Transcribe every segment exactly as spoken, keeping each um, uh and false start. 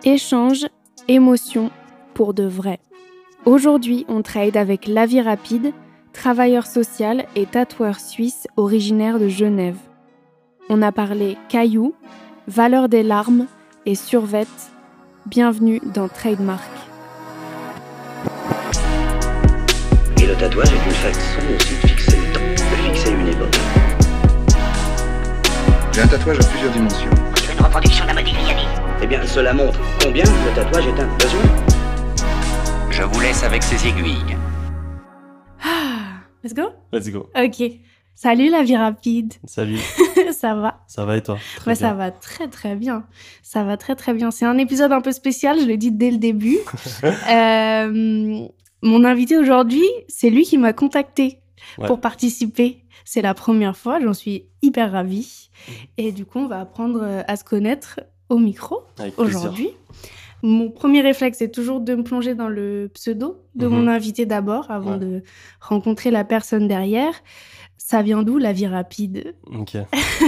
Échange, émotion, pour de vrai. Aujourd'hui, on trade avec La Vie Rapide, travailleur social et tatoueur suisse originaire de Genève. On a parlé cailloux, valeur des larmes et survêt. Bienvenue dans Trademark. Et le tatouage est une façon aussi de fixer le temps, de fixer une époque. J'ai un tatouage à plusieurs dimensions. C'est une reproduction d'un Modigliani. Eh bien, cela montre combien le tatouage est un besoin. Je vous laisse avec ces aiguilles. Ah, let's go? Let's go. Ok. Salut La Vie Rapide. Salut. Ça va? Ça va et toi? Très Ouais, bien. ça va très très bien. Ça va très très bien. C'est un épisode un peu spécial, je l'ai dit dès le début. euh, mon invité aujourd'hui, c'est lui qui m'a contacté Ouais. pour participer. C'est la première fois, j'en suis hyper ravie. Et du coup, on va apprendre à se connaître au micro Avec plaisir. aujourd'hui. Mon premier réflexe, c'est toujours de me plonger dans le pseudo de Mhm. mon invité d'abord, avant Ouais. de rencontrer la personne derrière. Ça vient d'où, La Vie Rapide? Ok.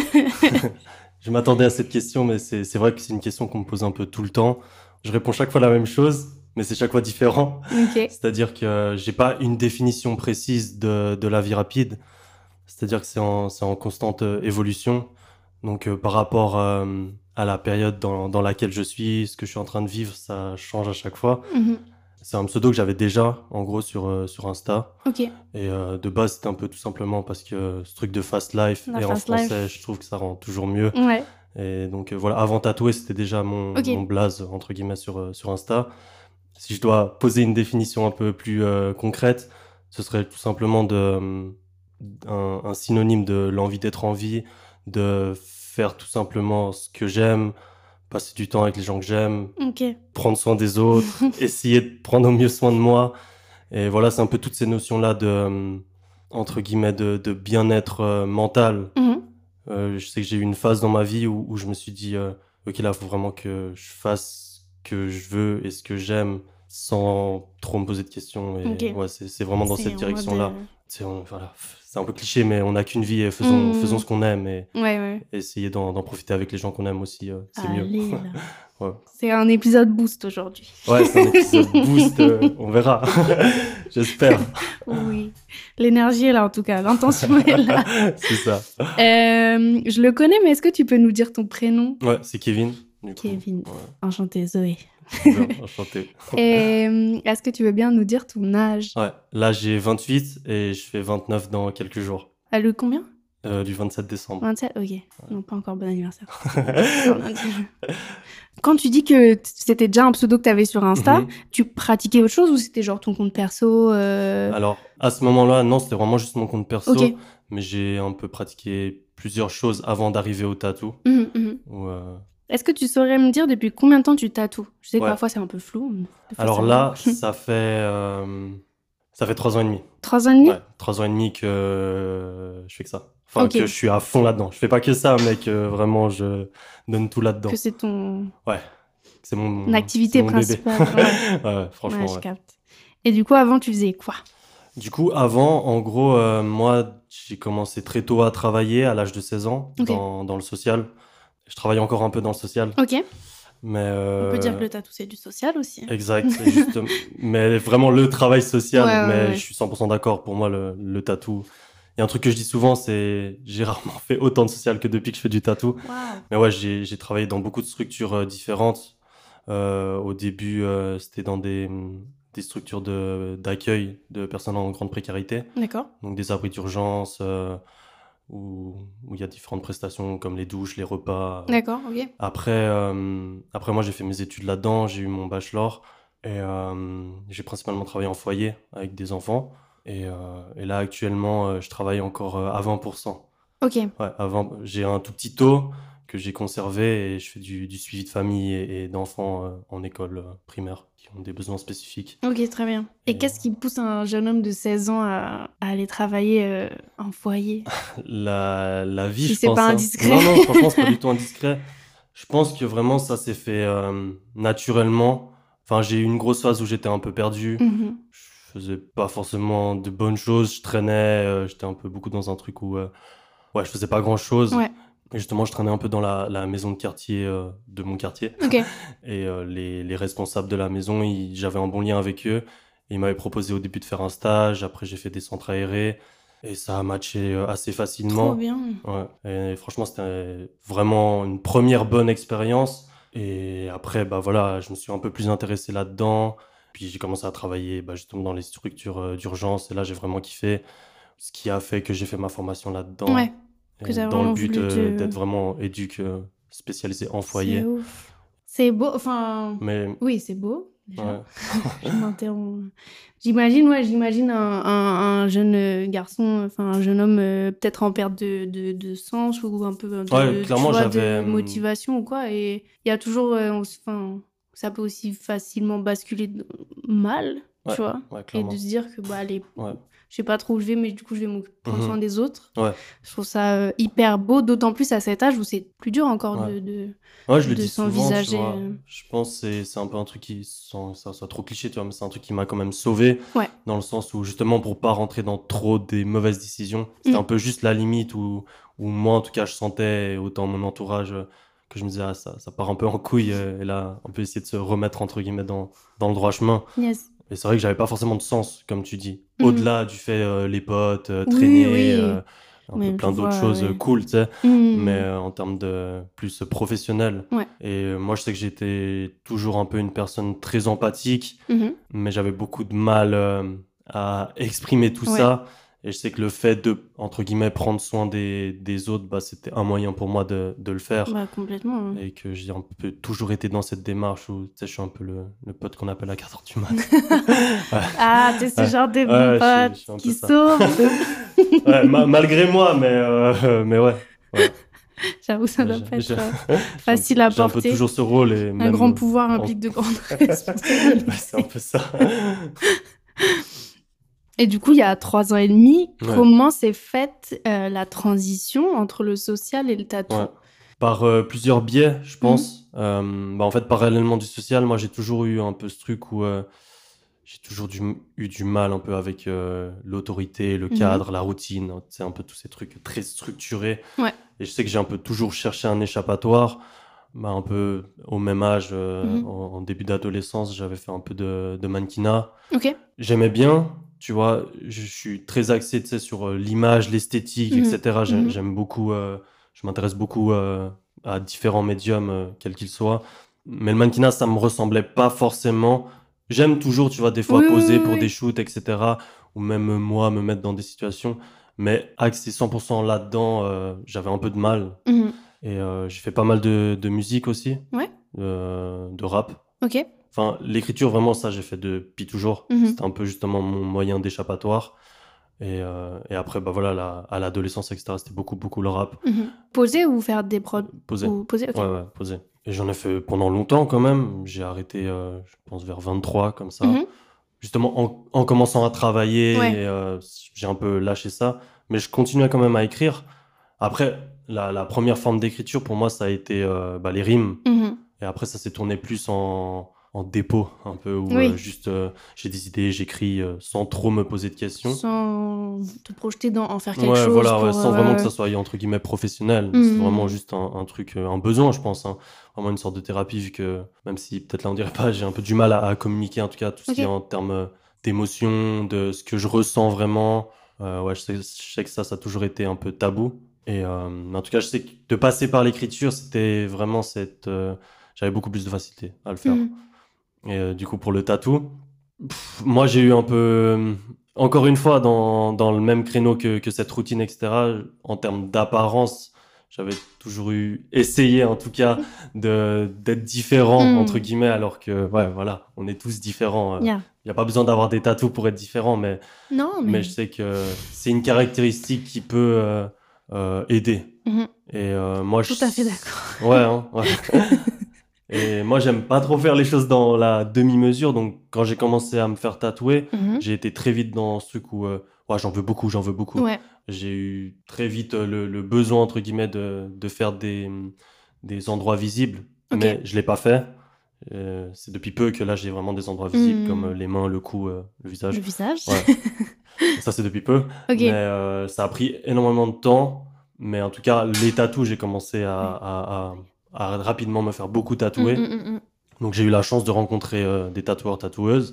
Je m'attendais à cette question, mais c'est, c'est vrai que c'est une question qu'on me pose un peu tout le temps. Je réponds chaque fois la même chose, mais c'est chaque fois différent. Ok. C'est-à-dire que j'ai pas une définition précise de, de la vie rapide. C'est-à-dire que c'est en, c'est en constante euh, évolution. Donc, euh, par rapport euh, à la période dans, dans laquelle je suis, ce que je suis en train de vivre, ça change à chaque fois. Mhm. C'est un pseudo que j'avais déjà, en gros, sur, euh, sur Insta. Ok. Et euh, de base, c'était un peu tout simplement parce que ce truc de fast life, La et en fast français, life. je trouve que ça rend toujours mieux. Ouais. Et donc euh, voilà, avant tatouer, c'était déjà mon, Ok. mon blaze, entre guillemets, sur, euh, sur Insta. Si je dois poser une définition un peu plus euh, concrète, ce serait tout simplement de, euh, un, un synonyme de l'envie d'être en vie, de faire tout simplement ce que j'aime, passer du temps avec les gens que j'aime, Ok. prendre soin des autres, essayer de prendre au mieux soin de moi. Et voilà, c'est un peu toutes ces notions-là de, euh, entre guillemets, de, de bien-être euh, mental. Mhm. Euh, je sais que j'ai eu une phase dans ma vie où, où je me suis dit, euh, ok, là, il faut vraiment que je fasse ce que je veux et ce que j'aime sans trop me poser de questions. Et Ok. ouais, c'est, c'est vraiment dans C'est cette en direction-là. mode, C'est, on- voilà, c'est un peu cliché, mais on n'a qu'une vie et faisons, Mhm. faisons ce qu'on aime et, euh, Ouais, ouais. et essayer d'en, d'en profiter avec les gens qu'on aime aussi, euh, c'est Allez, mieux. là. Ouais. C'est un épisode boost aujourd'hui. Ouais, c'est un épisode boost, euh, on verra. J'espère. Oui. L'énergie est là, en tout cas. L'intention est là. C'est ça. Euh, je le connais, mais est-ce que tu peux nous dire ton prénom? Ouais, c'est Kevin. Du coup. Kevin. Ouais, Enchantée, Zoé. bien, enchanté. Et euh, est-ce que tu veux bien nous dire ton âge? Ouais, là j'ai vingt-huit et je fais vingt-neuf dans quelques jours. Ah, le combien? Euh, du vingt-sept décembre. vingt-sept? Ok. Non, pas encore bon anniversaire. Quand tu dis que t- c'était déjà un pseudo que tu avais sur Insta, Mhm. tu pratiquais autre chose ou c'était genre ton compte perso euh, Alors, à ce moment-là, non, c'était vraiment juste mon compte perso. Ok. Mais j'ai un peu pratiqué plusieurs choses avant d'arriver au tatou. Mhm, mhm. Où, euh, Est-ce que tu saurais me dire depuis combien de temps tu tatoues? Je sais que Ouais. parfois c'est un peu flou. mais faut Alors savoir. là, ça fait, euh, ça fait trois ans et demi. Trois ans et demi? Ouais, trois ans et demi que euh, je fais que ça. Enfin, Ok. que je suis à fond là-dedans. Je fais pas que ça, mais que vraiment je donne tout là-dedans. Que c'est ton Ouais, c'est mon, Une activité c'est mon bébé. principale. Ouais. Ouais, ouais, franchement, Ouais, je ouais. capte. Et du coup, avant, tu faisais quoi? Du coup, avant, en gros, euh, moi, j'ai commencé très tôt à travailler, à l'âge de seize ans, Ok. dans, dans le social. Je travaille encore un peu dans le social, Ok. mais... On peut euh, dire que le tatou, c'est du social aussi. Exact, c'est juste... mais vraiment le travail social, Ouais, ouais, mais ouais. je suis cent pour cent d'accord. Pour moi, le, le tatou... Il y a un truc que je dis souvent, c'est... J'ai rarement fait autant de social que depuis que je fais du tatou. Waouh. Mais ouais, j'ai, j'ai travaillé dans beaucoup de structures euh, différentes. Euh, au début, euh, c'était dans des, des structures de, d'accueil de personnes en grande précarité. D'accord. Donc des abris d'urgence, euh, où où il y a différentes prestations comme les douches, les repas. D'accord, ok. Après, euh, après moi, j'ai fait mes études là-dedans, j'ai eu mon bachelor. Et euh, j'ai principalement travaillé en foyer avec des enfants. Et, euh, et là, actuellement, euh, je travaille encore euh, à vingt pour cent. Ok. Ouais, avant, j'ai un tout petit taux que j'ai conservé et je fais du, du suivi de famille et, et d'enfants euh, en école euh, primaire qui ont des besoins spécifiques. Ok, très bien. Et Et, qu'est-ce qui pousse un jeune homme de seize ans à, à aller travailler euh, en foyer? La, la vie, Si je c'est pense. pas hein. indiscret. Non, non, franchement, c'est pas du tout indiscret. Je pense que vraiment, ça s'est fait euh, naturellement. Enfin, j'ai eu une grosse phase où j'étais un peu perdu. Mhm. Je faisais pas forcément de bonnes choses. Je traînais. euh, j'étais un peu beaucoup dans un truc où euh, ouais, je faisais pas grand-chose. Ouais. Et justement, je traînais un peu dans la, la maison de quartier euh, de mon quartier. Ok. Et euh, les, les responsables de la maison, ils- j'avais un bon lien avec eux. Ils m'avaient proposé au début de faire un stage. Après, j'ai fait des centres aérés. Et ça a matché euh, assez Trop facilement. bien. Ouais. Et franchement, c'était vraiment une première bonne expérience. Et après, bah voilà, je me suis un peu plus intéressé là-dedans. Puis j'ai commencé à travailler bah, justement dans les structures euh, d'urgence. Et là, j'ai vraiment kiffé. Ce qui a fait que j'ai fait ma formation là-dedans. Ouais. Que Et t'as dans le vraiment but voulu euh, te... d'être vraiment éduque euh, spécialisé en C'est foyer. ouf. C'est beau, enfin... Mais Oui, c'est beau, déjà. ouais, Je m'interromps. J'imagine, ouais, j'imagine un, un, un jeune euh, garçon, enfin un jeune homme euh, peut-être en perte de, de, de sens ou un peu de, ouais, tu clairement, vois, j'avais. de hum, motivation ou quoi. Et il y a toujours, euh, on s- enfin, ça peut aussi facilement basculer de- mal, Ouais, tu vois. ouais, Et de clairement. se dire que, bah, allez, Ouais. je sais pas trop où je vais, mais du coup, je vais me prendre soin Mhm. des autres. Ouais, Je trouve ça euh, hyper beau, d'autant plus à cet âge où c'est plus dur encore ouais. de, de, Ouais, je le de dis souvent, tu s'envisager. vois. euh. Je pense que c'est c'est un peu un truc qui, sans que ça soit trop cliché, tu vois, mais c'est un truc qui m'a quand même sauvé, Ouais. dans le sens où, justement, pour pas rentrer dans trop des mauvaises décisions, c'était Mm. un peu juste la limite où, où moi, en tout cas, je sentais, et autant mon entourage, euh, que je me disais, ah, ça, ça part un peu en couille, euh, et là, on peut essayer de se remettre, entre guillemets, dans, dans le droit chemin. Yes. Et c'est vrai que j'avais pas forcément de sens, comme tu dis. Mhm. Au-delà du fait euh, les potes, euh, Oui, traîner, oui. euh, un Mais peu je plein d'autres vois, choses euh, ouais. cool, tu sais. Mm. Mais euh, en termes de plus professionnel. Ouais. Et euh, moi, je sais que j'étais toujours un peu une personne très empathique, Mhm. mais j'avais beaucoup de mal euh, à exprimer tout Ouais. ça. Et je sais que le fait de, entre guillemets, prendre soin des, des autres, bah, c'était un moyen pour moi de, de le faire. Bah, complètement. hein. Et que j'ai un peu toujours été dans cette démarche où, tu sais, je suis un peu le, le pote qu'on appelle à quatre heures du mat. Ouais. Ah, t'es ce Ouais. genre de Ouais, bon je suis- pote je suis un peu qui ça. sauve. Ouais, ma- malgré moi, mais, euh, mais ouais. ouais. J'avoue, ça Ouais, doit j'ai- pas être j'ai- euh, j'ai un facile peu- à J'ai un peu porter. toujours ce rôle et Un même grand pouvoir en- implique de grandes responsabilités. Ouais, c'est un peu ça. Et du coup, il y a trois ans et demi, Ouais. comment s'est faite euh, la transition entre le social et le tatou? Ouais. Par euh, plusieurs biais, je pense. Euh, bah, en fait, parallèlement du social, moi, j'ai toujours eu un peu ce truc où euh, j'ai toujours du- eu du mal un peu avec euh, l'autorité, le Mhm. cadre, la routine, hein, tu sais, un peu tous ces trucs très structurés. Ouais. Et je sais que j'ai un peu toujours cherché un échappatoire. Bah, un peu au même âge, euh, Mhm. en, en début d'adolescence, j'avais fait un peu de, de mannequinat. Ok. J'aimais bien, tu vois, je suis très axé, tu sais, sur euh, l'image, l'esthétique, Mhm. et cetera. J'ai- Mhm. J'aime beaucoup, euh, je m'intéresse beaucoup euh, à différents médiums, euh, quels qu'ils soient. Mais le mannequinat, ça me ressemblait pas forcément. J'aime toujours, tu vois, des fois Oui, oui, poser oui, pour oui. des shoots, et cetera. Ou même euh, moi, me mettre dans des situations. Mais axé cent pour cent là-dedans, euh, j'avais un peu de mal. Mhm. Et euh, j'ai fait pas mal de, de musique aussi, Ouais. euh, de rap. Ok. Enfin, l'écriture, vraiment, ça, j'ai fait depuis toujours. Mhm. C'était un peu justement mon moyen d'échappatoire. Et, euh, et après, bah voilà, la- à l'adolescence, et cetera, c'était beaucoup, beaucoup le rap. Mhm. Poser ou faire des prods? Posé. Ou poser, ok. Ouais, ouais, posé. Et j'en ai fait pendant longtemps quand même. J'ai arrêté, euh, je pense, vers vingt-trois, comme ça. Mhm. Justement, en, en commençant à travailler, Ouais. et, euh, j'ai un peu lâché ça. Mais je continuais quand même à écrire. Après, la, la première forme d'écriture, pour moi, ça a été euh, bah, les rimes. Mhm. Et après, ça s'est tourné plus en, en dépôt, un peu, où Oui. euh, juste euh, j'ai des idées, j'écris euh, sans trop me poser de questions. Sans te projeter dans en faire quelque Ouais, chose voilà, pour... ouais, sans euh, vraiment ouais, que ça ouais. soit entre guillemets professionnel. Mhm. C'est vraiment juste un, un truc, euh, un besoin, je pense. hein. Vraiment une sorte de thérapie, vu que même si peut-être là on dirait pas, j'ai un peu du mal à, à communiquer, en tout cas, tout ce qui est Ok. en termes euh, d'émotion, de ce que je ressens vraiment. Euh, ouais, je sais, je sais que ça, ça a toujours été un peu tabou. Et euh, mais en tout cas, je sais que de passer par l'écriture, c'était vraiment cette. euh, j'avais beaucoup plus de facilité à le faire. Mhm. Et euh, du coup, pour le tatou, pff, moi j'ai eu un peu. euh, Encore une fois, dans, dans le même créneau que, que cette routine, et cetera, en termes d'apparence, j'avais toujours eu essayé, en tout cas, de, d'être différent, Mhm. entre guillemets, alors que, ouais, voilà, on est tous différents. Il Yeah. n'y a pas besoin d'avoir des tatous pour être différent, mais, Non, mais... mais je sais que c'est une caractéristique qui peut euh, euh, aider. Mhm. Et euh, moi, je... Tout à fait d'accord. Ouais, hein, ouais. Et moi, j'aime pas trop faire les choses dans la demi-mesure. Donc, quand j'ai commencé à me faire tatouer, Mhm. j'ai été très vite dans ce truc où euh, ouais, j'en veux beaucoup, j'en veux beaucoup. Ouais. J'ai eu très vite euh, le, le besoin, entre guillemets, de, de faire des, des endroits visibles. Ok. Mais je l'ai pas fait. Euh, c'est depuis peu que là, j'ai vraiment des endroits visibles, Mhm. comme euh, les mains, le cou, euh, le visage. Le visage. Ouais. Ça, c'est depuis peu. Ok. Mais euh, ça a pris énormément de temps. Mais en tout cas, les tatous, j'ai commencé à, à, à, à rapidement me faire beaucoup tatouer. Mm, mm, mm. Donc j'ai eu la chance de rencontrer euh, des tatoueurs, tatoueuses.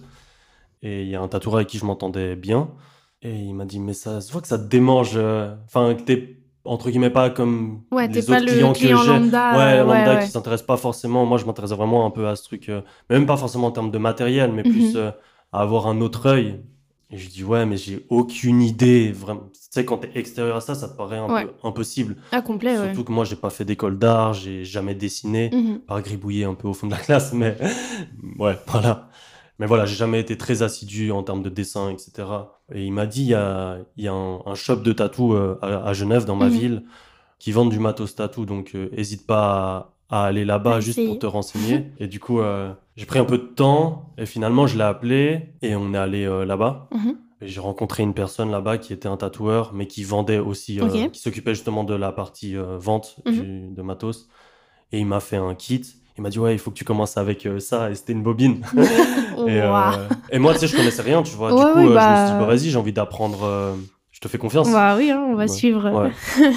Et il y a un tatoueur avec qui je m'entendais bien. Et il m'a dit, mais ça se voit que ça te démange. euh, Enfin, que t'es, entre guillemets, pas comme Ouais, les t'es pas autres le clients client que j'ai. lambda. Ouais, euh, lambda ouais, qui ouais. s'intéresse pas forcément. Moi, je m'intéressais vraiment un peu à ce truc. euh, Même pas forcément en termes de matériel, mais plus Mhm. euh, à avoir un autre œil. Et je dis, ouais, mais j'ai aucune idée. Vraiment. Tu sais, quand t'es extérieur à ça, ça te paraît un Ouais. peu impossible. Ah, complet, ouais. Surtout que moi, j'ai pas fait d'école d'art, j'ai jamais dessiné, Mhm. par gribouiller un peu au fond de la classe, mais ouais, voilà. Mais voilà, j'ai jamais été très assidu en termes de dessin, et cetera. Et il m'a dit, il y a, il y a un, un shop de tatou euh, à, à Genève, dans ma Mhm. ville, qui vendent du matos tatou, donc euh, hésite pas à, à aller là-bas À juste pour essayer. te renseigner. Et du coup, euh, j'ai pris un peu de temps, et finalement, je l'ai appelé, et on est allé euh, là-bas. Mhm. Et j'ai rencontré une personne là-bas qui était un tatoueur, mais qui vendait aussi, euh, Ok. qui s'occupait justement de la partie euh, vente Mhm. du- de matos. Et il m'a fait un kit. Il m'a dit, ouais, il faut que tu commences avec euh, ça. Et c'était une bobine. et, Ouah. euh, et moi, tu sais, je connaissais rien, tu vois. Du Ouais, coup, oui, euh, je me suis dit, bah bah... vas-y, j'ai envie d'apprendre. euh, je te fais confiance. Bah oui, hein, on va Ouais. suivre. Ouais.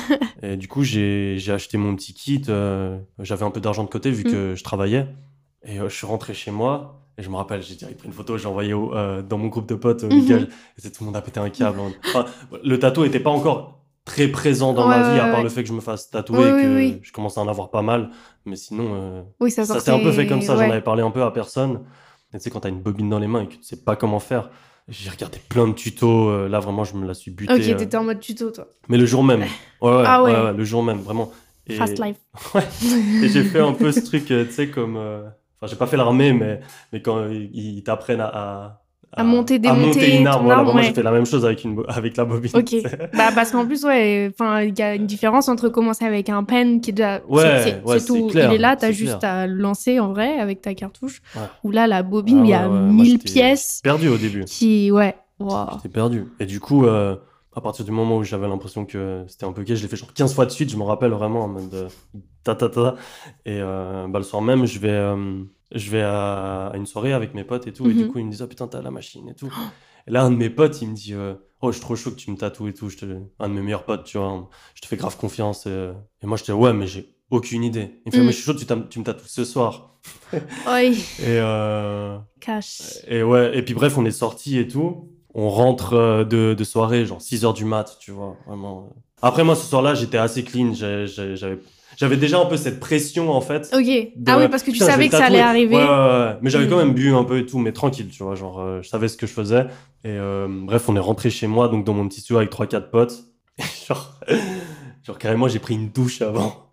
Et du coup, j'ai j'ai acheté mon petit kit. euh, J'avais un peu d'argent de côté vu Mm. que je travaillais. Et euh, je suis rentré chez moi. Et je me rappelle, j'ai direct pris une photo, j'ai envoyé au- euh, dans mon groupe de potes au Mhm. Miguel. Et c'est- tout le monde a pété un câble. hein. Enfin, le tatou était pas encore très présent dans Ouais, ma vie, ouais, à part ouais. le fait que je me fasse tatouer Oui, et oui, que oui. je commence à en avoir pas mal. Mais sinon, euh, Oui, ça ça s'est un peu fait comme sortait... ça. J'en Ouais. avais parlé un peu à personne. Et tu sais, quand t'as une bobine dans les mains et que tu sais pas comment faire, j'ai regardé plein de tutos. euh, là, vraiment, je me la suis buté. Ok, euh, t'étais en mode tuto, toi. mais le jour même. Ouais, ouais, Ah ouais, ouais. ouais, le jour même, vraiment. Et, Fast life. ouais. Et j'ai fait un peu ce truc, euh, tu sais, comme. euh, Enfin, j'ai pas fait l'armée, mais, mais quand euh, ils ils t'apprennent à, à, À monter, à monter démonter une arme, ton voilà, arme, vraiment, j'ai ouais. fait la même chose avec, une, bo- avec la bobine. Ok. tu sais. Bah, parce qu'en plus, ouais, enfin, il y a une différence entre commencer avec un pen qui est déjà. c'est- Ouais, C'est ouais, c'est c'est tout. clair, Il est là, t'as c'est juste clair. à le lancer en vrai avec ta cartouche. Ouais. Ou là, la bobine, Ah il y ouais, a ouais, moi, mille j'étais pièces j'étais perdu au début. qui. Ouais. Wow. J'étais perdu. Et du coup, euh, à partir du moment où j'avais l'impression que c'était un peu gay, je l'ai fait genre quinze fois de suite, je me rappelle vraiment en mode euh, ta ta ta. Et euh, bah, le soir même, je vais, euh, je vais à, à une soirée avec mes potes et tout. Et du Mhm. coup, ils me disent, ah putain, t'as la machine et tout. Et là, un de mes potes, il me dit, euh, oh, je suis trop chaud que tu me tatoues et tout. Je te... Un de mes meilleurs potes, tu vois, je te fais grave confiance. Et, euh, et moi, je dis, ouais, mais j'ai aucune idée. Il me fait, Mm. mais je suis chaud que tu, t'am- tu me tatoues ce soir. Oi. Et, euh, Cache. et ouais, et puis bref, on est sortis et tout. On rentre euh, de, de soirée, genre six heures du mat, tu vois, vraiment. Après, moi, ce soir-là, j'étais assez clean. J'ai- j'ai- J'avais j'avais déjà un peu cette pression, en fait. Ok. de, Ah oui, parce que tu putain, je vais savais le que ça allait tatouer. arriver. Ouais, ouais, ouais. Mais j'avais Mm. quand même bu un peu et tout, mais tranquille, tu vois. Genre, euh, je savais ce que je faisais. Et euh, bref, on est rentré chez moi, donc dans mon petit studio avec trois quatre potes. Et genre, genre, carrément, j'ai pris une douche avant.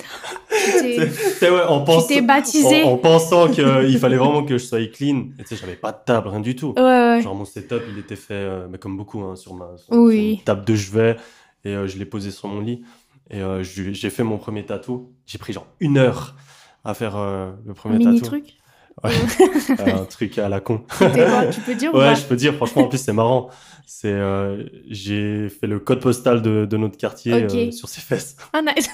Tu t'es- C'est ouais, en, pense- t'es baptisé. en, en pensant qu'il fallait vraiment que je sois clean. Et tu sais, j'avais pas de table, rien du tout. Ouais, ouais. Genre, mon setup, il était fait, euh, mais comme beaucoup, hein, sur ma sur, Oui. sur une table de chevet. Et euh, je l'ai posé sur mon lit. Et euh, je- j'ai fait mon premier tatou. J'ai pris genre une heure à faire euh, le Un premier mini tatou. truc. Ouais. Euh, un truc à la con. C'était quoi, tu peux dire ou Ouais, pas je peux dire, franchement, en plus, c'est marrant. C'est, euh, j'ai fait le code postal de, de notre quartier Ok. euh, sur ses fesses. Ah, nice.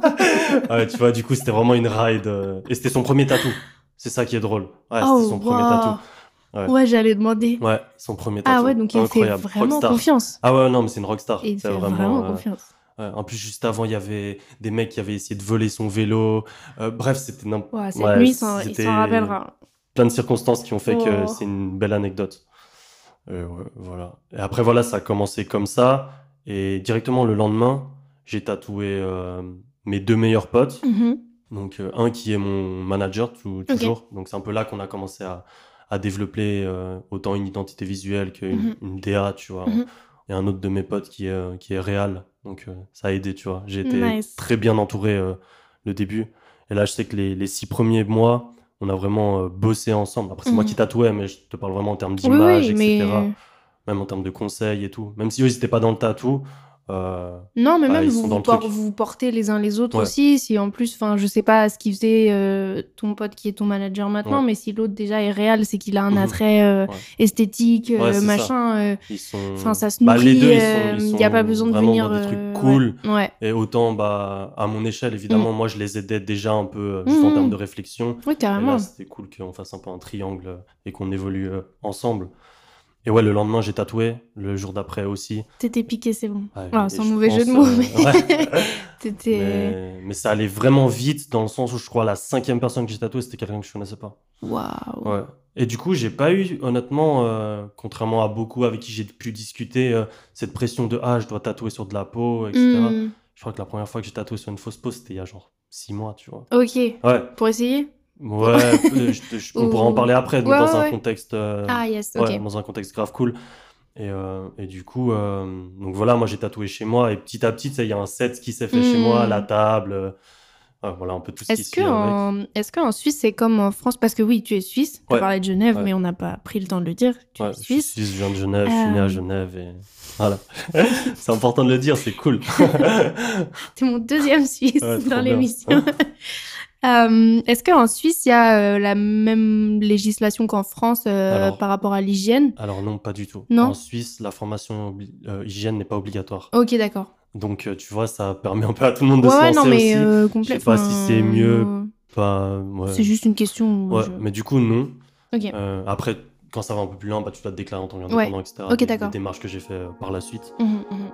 Ouais, tu vois, du coup, c'était vraiment une ride. euh, Et c'était son premier tatou. C'est ça qui est drôle. Ouais, Oh, c'était son premier wow. tatou. Ouais. Ouais, j'allais demander. Ouais, son premier tatou. Ah ouais, donc il a fait Incroyable. vraiment Rockstar. confiance. Ah ouais, non, mais c'est une rockstar. Et il C'est fait vraiment. vraiment euh, confiance. ouais. En plus, juste avant, il y avait des mecs qui avaient essayé de voler son vélo. Euh, bref, c'était n'importe Ouais, cette ouais, nuit, il s'en- il c'était s'en rappellera. plein de circonstances qui ont fait que Oh. c'est une belle anecdote. Euh, ouais, voilà. Et après, voilà, ça a commencé comme ça. Et directement le lendemain, j'ai tatoué euh, mes deux meilleurs potes. Mhm. Donc, euh, un qui est mon manager, tout- toujours. Donc, c'est un peu là qu'on a commencé à, à développer euh, autant une identité visuelle qu'une Mhm. une D A, tu vois. Mhm. Et un autre de mes potes qui est, euh, qui est réal. Donc, euh, ça a aidé, tu vois. J'ai été Nice. très bien entouré euh, le début. Et là, je sais que les, les six premiers mois, on a vraiment euh, bossé ensemble. Après, c'est moi Mhm. qui tatouais, mais je te parle vraiment en termes Oui, d'image, oui, et cetera. mais... Même en termes de conseils et tout. Même si eux, ils n'étaient pas dans le tatou. euh, Non, mais bah, même ils vous sont dans vous, le por- truc. vous portez les uns les autres Ouais. aussi. Si en plus, enfin, je sais pas ce qu'il faisait euh, ton pote qui est ton manager maintenant, Ouais. mais si l'autre déjà est réel, c'est qu'il a un Mhm. attrait euh, Ouais. esthétique, euh, Ouais, c'est ça. machin. euh, Ils sont... Enfin, ça se Bah, nourrit. les deux, ils euh, sont, ils Il n'y a sont pas besoin de vraiment venir. dans des euh, trucs cool. Ouais. Ouais. Et autant, bah, à mon échelle, évidemment, moi, je les aidais déjà un peu, euh, juste en Mhm. termes de réflexion. Oui, Et carrément. là, c'était cool qu'on fasse un peu un triangle euh, et qu'on évolue euh, ensemble. Et ouais, le lendemain, j'ai tatoué. Le jour d'après aussi. T'étais piqué, c'est bon. Ouais, Alors, et sans je mauvais jeu pense, de mots, euh, mais ouais. t'étais... Mais, mais ça allait vraiment vite dans le sens où je crois la cinquième personne que j'ai tatouée, c'était quelqu'un que je connaissais pas. Waouh. Ouais. Et du coup, j'ai pas eu, honnêtement, euh, contrairement à beaucoup avec qui j'ai pu discuter, euh, cette pression de ah, je dois tatouer sur de la peau, et cetera. Hmm. Je crois que la première fois que j'ai tatoué sur une fausse peau, c'était il y a genre six mois, tu vois. Ok. Ouais. Pour essayer? Ouais, euh, je- je- on pourra en Ou- parler après, mais Ouais, dans ouais, un ouais. contexte, euh, Ah, yes, ouais, ok. dans un contexte grave cool. Et, euh, et du coup, euh, donc voilà, moi j'ai tatoué chez moi et petit à petit, tu sais, il y a un set qui s'est fait chez moi, la Hmm. table, euh, ouais, voilà un peu tout ce qui Est-ce suit avec. que en... Est-ce qu'en Suisse, c'est comme en France? Parce que oui, tu es suisse. Tu as Ouais, parlé de Genève, ouais, mais on n'a pas pris le temps de le dire. Tu ouais, es je suis suisse. suisse, je viens de Genève, je suis né à Euh, Genève et voilà. C'est important de le dire, c'est cool. T'es mon deuxième Suisse Ouais, dans trop bien. l'émission. Euh, est-ce qu'en Suisse, il y a euh, la même législation qu'en France euh, Alors, par rapport à l'hygiène? alors non, pas du tout. Non? En Suisse, la formation obli- euh, hygiène n'est pas obligatoire. Ok, d'accord. Donc, euh, tu vois, ça permet un peu à tout le monde de Ouais, se ouais, non, lancer mais aussi. euh, Je complet. sais pas si c'est mieux, Enfin, pas, ouais. c'est juste une question. Ouais, je- mais du coup, non. Ok. Euh, après, quand ça va un peu plus loin, bah, tu dois te déclarer en tant Ouais. qu'indépendant, et cetera. Ok, Des, des d'accord. démarches que j'ai fait euh, par la suite. Mhm, mhm.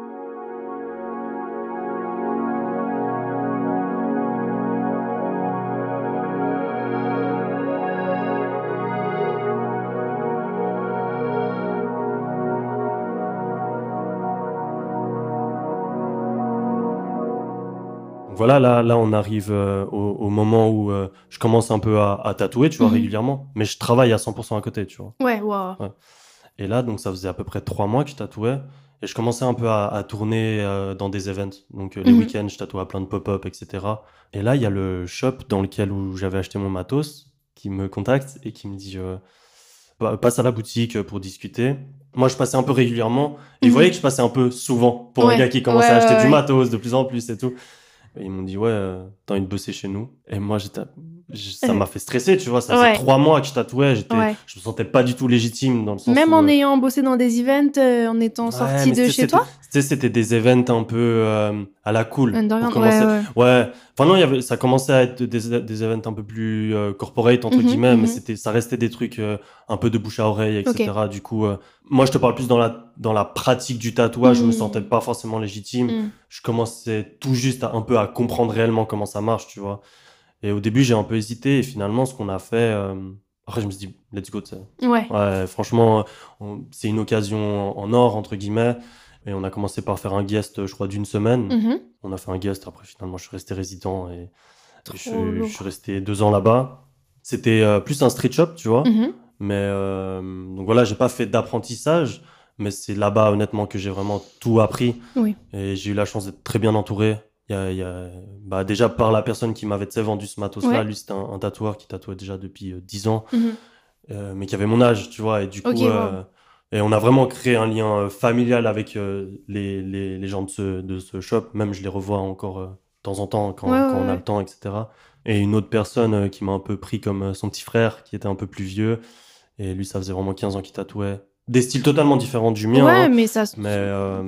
Donc voilà, là, là, on arrive euh, au, au moment où euh, je commence un peu à, à tatouer, tu vois, Mhm. régulièrement. Mais je travaille à cent pour cent à côté, tu vois. Ouais, waouh. Ouais. Et là, donc, ça faisait à peu près trois mois que je tatouais. Et je commençais un peu à, à tourner euh, dans des events. Donc, euh, les Mhm. week-ends, je tatouais à plein de pop-up, et cetera. Et là, il y a le shop dans lequel où j'avais acheté mon matos qui me contacte et qui me dit euh, Pa- passe à la boutique pour discuter. Moi, je passais un peu régulièrement. Et ils Mhm. voyaient que je passais un peu souvent pour un Ouais, gars qui commençait ouais, à acheter ouais, du ouais. matos de plus en plus et tout. Et ils m'ont dit, ouais, euh, t'as envie de bosser chez nous. Et moi, j'étais, je- ça m'a fait stresser, tu vois. Ça faisait Ouais. trois mois que je tatouais. J'étais, Ouais. je me sentais pas du tout légitime dans le sens Même où. en euh, ayant bossé dans des events, euh, en étant Ouais, sorti mais de c'était, chez c'était, toi? c'était, c'était des events un peu euh, à la cool. Pour Underground, ouais, commencer. ouais. Ouais. Enfin, non, il y avait, ça commençait à être des, des events un peu plus euh, corporate, entre Mhm, guillemets, mais mhm. c'était, ça restait des trucs euh, un peu de bouche à oreille, Ok. et cetera. Du coup, euh, moi, je te parle plus dans la, dans la pratique du tatouage, je me Mm. sentais pas forcément légitime. Mm. Je commençais tout juste à, un peu à comprendre réellement comment ça marche, tu vois. Et au début, j'ai un peu hésité, et finalement, ce qu'on a fait. euh, Après, je me suis dit, let's go, tu sais. Ouais. Ouais, franchement, on- c'est une occasion en or, entre guillemets. Et on a commencé par faire un guest, je crois, d'une semaine. Mhm. On a fait un guest, après, finalement, je suis resté résident et, et je, Trop je lourd. suis resté deux ans là-bas. C'était euh, plus un street shop, tu vois. Mhm. Mais euh, donc voilà, j'ai pas fait d'apprentissage, mais c'est là-bas, honnêtement, que j'ai vraiment tout appris. Oui. Et j'ai eu la chance d'être très bien entouré. Il y a, il y a- bah, déjà, par la personne qui m'avait tu sais, vendu ce matos-là, Ouais. lui, c'était un, un tatoueur qui tatouait déjà depuis euh, dix ans. Mhm. Euh, mais qui avait mon âge, tu vois, et du coup, Ok, euh, wow. et on a vraiment créé un lien euh, familial avec euh, les, les, les gens de ce, de ce shop, même je les revois encore euh, de temps en temps quand, Ouais, quand ouais, on a ouais. le temps, et cetera. Et une autre personne euh, qui m'a un peu pris comme euh, son petit frère, qui était un peu plus vieux, et lui, ça faisait vraiment quinze ans qu'il tatouait. Des styles totalement différents du mien, Ouais, hein, mais ça. se- mais, euh,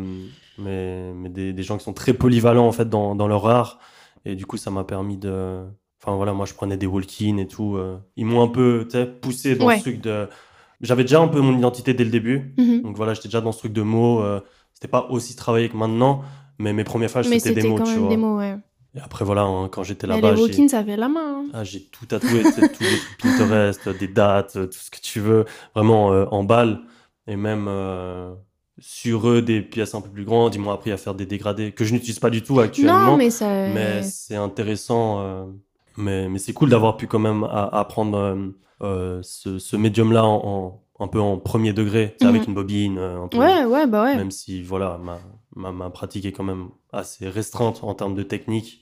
mais, mais des, des gens qui sont très polyvalents en fait dans, dans leur art, et du coup, ça m'a permis de... Enfin voilà, moi je prenais des walk-in et tout. euh, Ils m'ont un peu tu sais, poussé dans Ouais. ce truc de. J'avais déjà un peu mon identité dès le début. Mhm. Donc voilà, j'étais déjà dans ce truc de mots. euh, C'était pas aussi travaillé que maintenant. Mais mes premiers phages, Mais c'était des c'était mots, quand tu même vois. des mots, ouais. Et après, voilà, hein, quand j'étais Mais là-bas, les j'ai walk-ins, ça fait la main. hein. ah, j'ai tout tatoué. Tu sais, tous les trucs Pinterest, des dates, euh, tout ce que tu veux. Vraiment euh, en balle. Et même euh, sur eux, des pièces un peu plus grandes. Ils m'ont appris à faire des dégradés que je n'utilise pas du tout actuellement. Non, mais ça. Mais c'est intéressant. euh, mais mais c'est cool d'avoir pu quand même a- apprendre euh, euh, ce, ce médium-là en, en- un peu en premier degré, tu sais, avec Mhm. une bobine, euh, un peu. Ouais, ouais, bah ouais. Même si, voilà, ma, ma, ma pratique est quand même assez restreinte en termes de technique.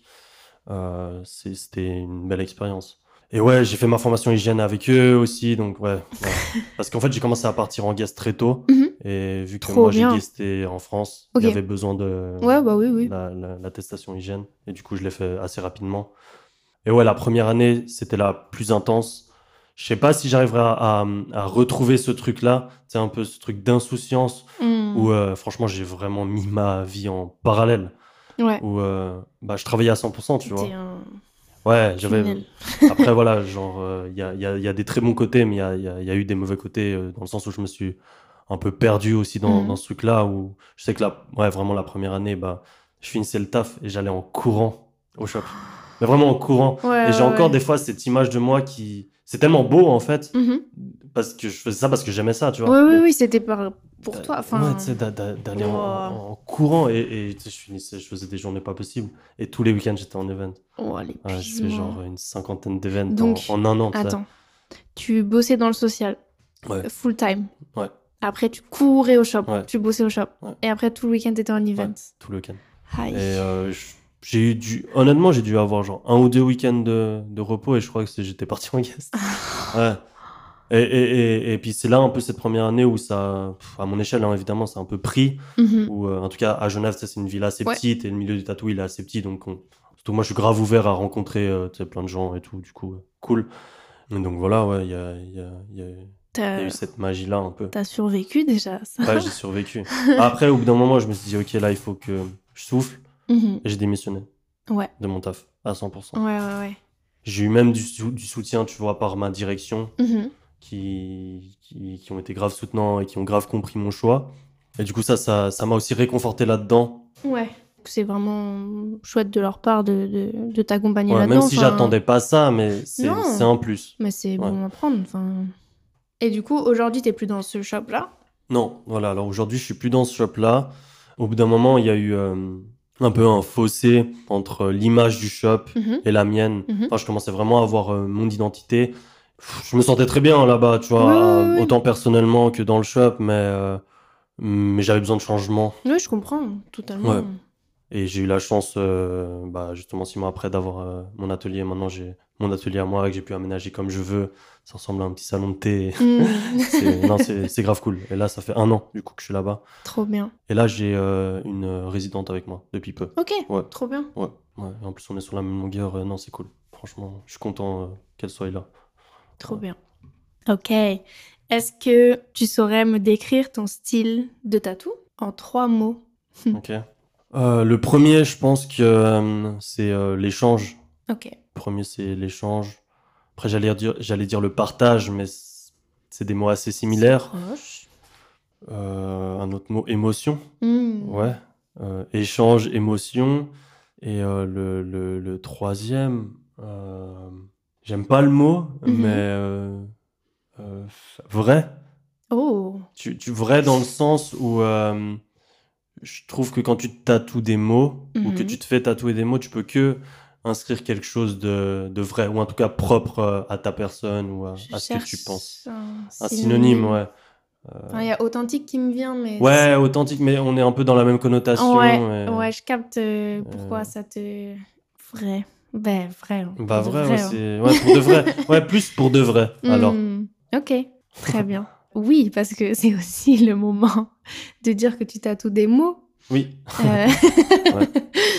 Euh, c'est- c'était une belle expérience. Et ouais, j'ai fait ma formation hygiène avec eux aussi, donc ouais. ouais. Parce qu'en fait, j'ai commencé à partir en guest très tôt. Mhm. Et vu que Trop moi, j'ai bien. guesté en France, Ok. il y avait besoin de Ouais, bah oui, oui. la- la- l'attestation hygiène. Et du coup, je l'ai fait assez rapidement. Et ouais, la première année, c'était la plus intense. Je sais pas si j'arriverai à, à- à retrouver ce truc-là. C'est un peu ce truc d'insouciance Hmm. où, euh, franchement, j'ai vraiment mis ma vie en parallèle. Ouais. Où euh, bah, je travaillais à cent pour cent, tu vois. C'était un Ouais, j'avais. tunnel. Après, voilà, genre, il y a, y a- y a des très bons côtés, mais il y a, y a- y a eu des mauvais côtés, euh, dans le sens où je me suis un peu perdu aussi dans, Mhm. dans ce truc-là où je sais que là, ouais, vraiment la première année, bah, je finissais le taf et j'allais en courant au shop. Mais vraiment en courant. Ouais, Et j'ai ouais, encore ouais. des fois cette image de moi qui... C'est tellement beau en fait, Mhm. parce que je faisais ça parce que j'aimais ça, tu Oui, vois. oui, Mais oui, c'était par... pour d'a- toi. ouais, Enfin, tu sais, d'a- d'a- d'aller en, wow. en- en courant et, et tu sais, je finissais, je faisais des journées pas possibles. Et tous les week-ends, j'étais en event. Oh, Ouais, j'ai fait l'épuisement. genre une cinquantaine d'events en, Donc, en un an, tu sais. attends, tu bossais dans le social, Ouais, full time. ouais, Après, tu courais au shop, ouais, tu bossais au shop. ouais, Et après, tout le week-end, t'étais en ouais, event. tout le week-end. Aïe. Et euh, je- j'ai eu du... Honnêtement, j'ai dû avoir genre un ou deux week-ends de, de repos et je crois que c'est- j'étais parti en guest. Ouais. Et, et, et, et puis c'est là un peu cette première année où ça, pff, à mon échelle, hein, évidemment, c'est un peu pris. Mhm. Ou euh, en tout cas, à Genève, ça, c'est une ville assez Ouais. petite et le milieu du tatou, il est assez petit. Donc, on- surtout moi, je suis grave ouvert à rencontrer euh, tu sais, plein de gens et tout. Du coup, euh, cool. Et donc voilà, ouais, il y a, il y, a, il y, a, il y a T'as... eu cette magie-là un peu. T'as survécu déjà, ça. Ouais, j'ai survécu. Après, au bout d'un moment, je me suis dit, ok, là, il faut que je souffle. Mhm. Et j'ai démissionné Ouais. de mon taf à cent pour cent. Ouais, ouais, ouais. J'ai eu même du, sou- du soutien, tu vois, par ma direction. Mhm. Qui, qui, qui ont été grave soutenants et qui ont grave compris mon choix. Et du coup, ça, ça, ça m'a aussi réconforté là-dedans. Ouais. C'est vraiment chouette de leur part de, de, de t'accompagner Ouais, là-dedans. même si enfin... j'attendais pas ça, mais c'est, Non. c'est un plus. Mais c'est Ouais. bon à prendre. Enfin... Et du coup, aujourd'hui, t'es plus dans ce shop-là. Non, voilà. Alors aujourd'hui, je suis plus dans ce shop-là. Au bout d'un moment, il y a eu euh, un peu un fossé entre l'image du shop Mhm. et la mienne. Mhm. Enfin, je commençais vraiment à avoir euh, mon identité. Pff, Je me sentais très bien là-bas, tu vois, Oui, oui, euh, oui. autant personnellement que dans le shop, mais, euh, mais j'avais besoin de changement. Oui, je comprends, totalement. Ouais. Et j'ai eu la chance, euh, bah, justement, six mois après, d'avoir euh, mon atelier. Maintenant, j'ai mon atelier à moi que j'ai pu aménager comme je veux. Ça ressemble à un petit salon de thé. Mm. C'est- non, c'est c'est grave cool. Et là, ça fait un an, du coup, que je suis là-bas. Trop bien. Et là, j'ai euh, une résidente avec moi depuis peu. Ok, Ouais, trop bien. ouais, ouais. Et en plus, on est sur la même longueur. Euh, non, c'est cool. Franchement, je suis content euh, qu'elle soit là. Trop bien. Ok. Est-ce que tu saurais me décrire ton style de tatou en trois mots? Ok. Euh, le premier, je pense que euh, c'est euh, l'échange. Ok. Le premier, c'est l'échange. Après, j'allais dire, j'allais dire le partage, mais c- c'est des mots assez similaires. Proche. Euh, un autre mot, émotion. Mm. Ouais. Euh, échange, émotion. Et euh, le, le, le troisième, euh, j'aime pas le mot, Mhm. mais euh, euh, vrai. Oh. Tu, tu, vrai dans le sens où euh, je trouve que quand tu te tatoues des mots, ou que Mhm. tu te fais tatouer des mots, tu peux que inscrire quelque chose de, de vrai, ou en tout cas propre euh, à ta personne, ou à, Je à ce que tu cherche penses. un Un synonyme, ouais. Enfin, il y a authentique qui me vient, mais... Ouais, authentique, mais on est un peu dans la même connotation. Ouais, et- ouais, je capte euh, pourquoi Euh. ça te... Vrai. Ben, vrai. hein. Bah Pour de vrai, ouais, hein. c'est... Ouais, pour de vrai. Ouais, plus pour de vrai, alors. Hmm. Ok, très bien. Oui, parce que c'est aussi le moment de dire que tu tatoues des mots. Oui. Euh, Ouais.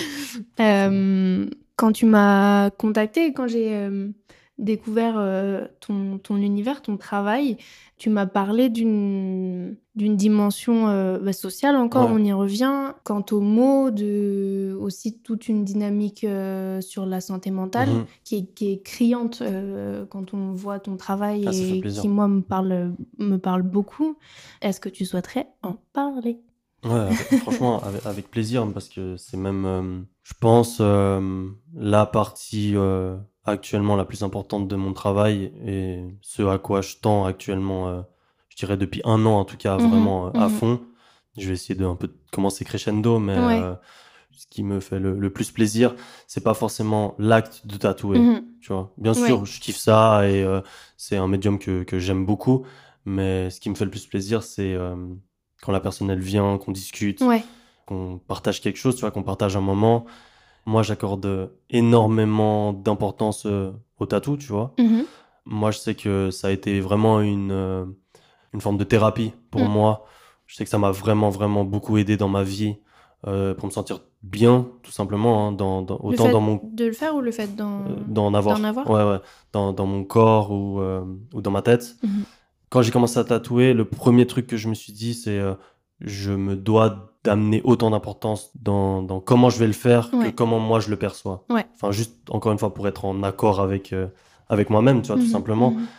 euh, quand tu m'as contacté, quand j'ai euh, découvert euh, ton, ton univers, ton travail, tu m'as parlé d'une d'une dimension euh, bah, sociale encore, Ouais. on y revient. Quant aux mots, de, aussi toute une dynamique euh, sur la santé mentale Mhm. qui, est, qui est criante euh, quand on voit ton travail Ah, ça fait et plaisir. qui, moi, me parle, me parle beaucoup. Est-ce que tu souhaiterais en parler? Ouais, avec- franchement, avec, avec plaisir, parce que c'est même, euh, je pense, euh, la partie euh, actuellement la plus importante de mon travail et ce à quoi je tends actuellement, euh, je dirais depuis un an en tout cas, Mhm, vraiment euh, à mhm. fond. Je vais essayer de un peu commencer crescendo, mais Ouais. euh, ce qui me fait le, le plus plaisir, c'est pas forcément l'acte de tatouer, Mhm. tu vois. Bien Ouais. sûr, je kiffe ça et euh, c'est un médium que, que j'aime beaucoup, mais ce qui me fait le plus plaisir, c'est euh, quand la personne elle vient, qu'on discute, Ouais. qu'on partage quelque chose, tu vois, qu'on partage un moment. Moi, j'accorde énormément d'importance euh, au tatou, tu vois. Mhm. Moi, je sais que ça a été vraiment une, euh, une forme de thérapie pour Mm. moi. Je sais que ça m'a vraiment, vraiment beaucoup aidé dans ma vie euh, pour me sentir bien, tout simplement, hein, dans, dans- Le autant fait dans mon de le faire ou le fait d'en... euh, d'en avoir, d'en avoir ouais, ouais, dans, dans mon corps ou, euh, ou dans ma tête. Mhm. Quand j'ai commencé à tatouer, le premier truc que je me suis dit, c'est euh, je me dois d'amener autant d'importance dans, dans comment je vais le faire que Ouais. comment moi je le perçois. Ouais. Enfin, juste, encore une fois, pour être en accord avec, euh, avec moi-même, tu vois, tout Mhm, simplement. mhm.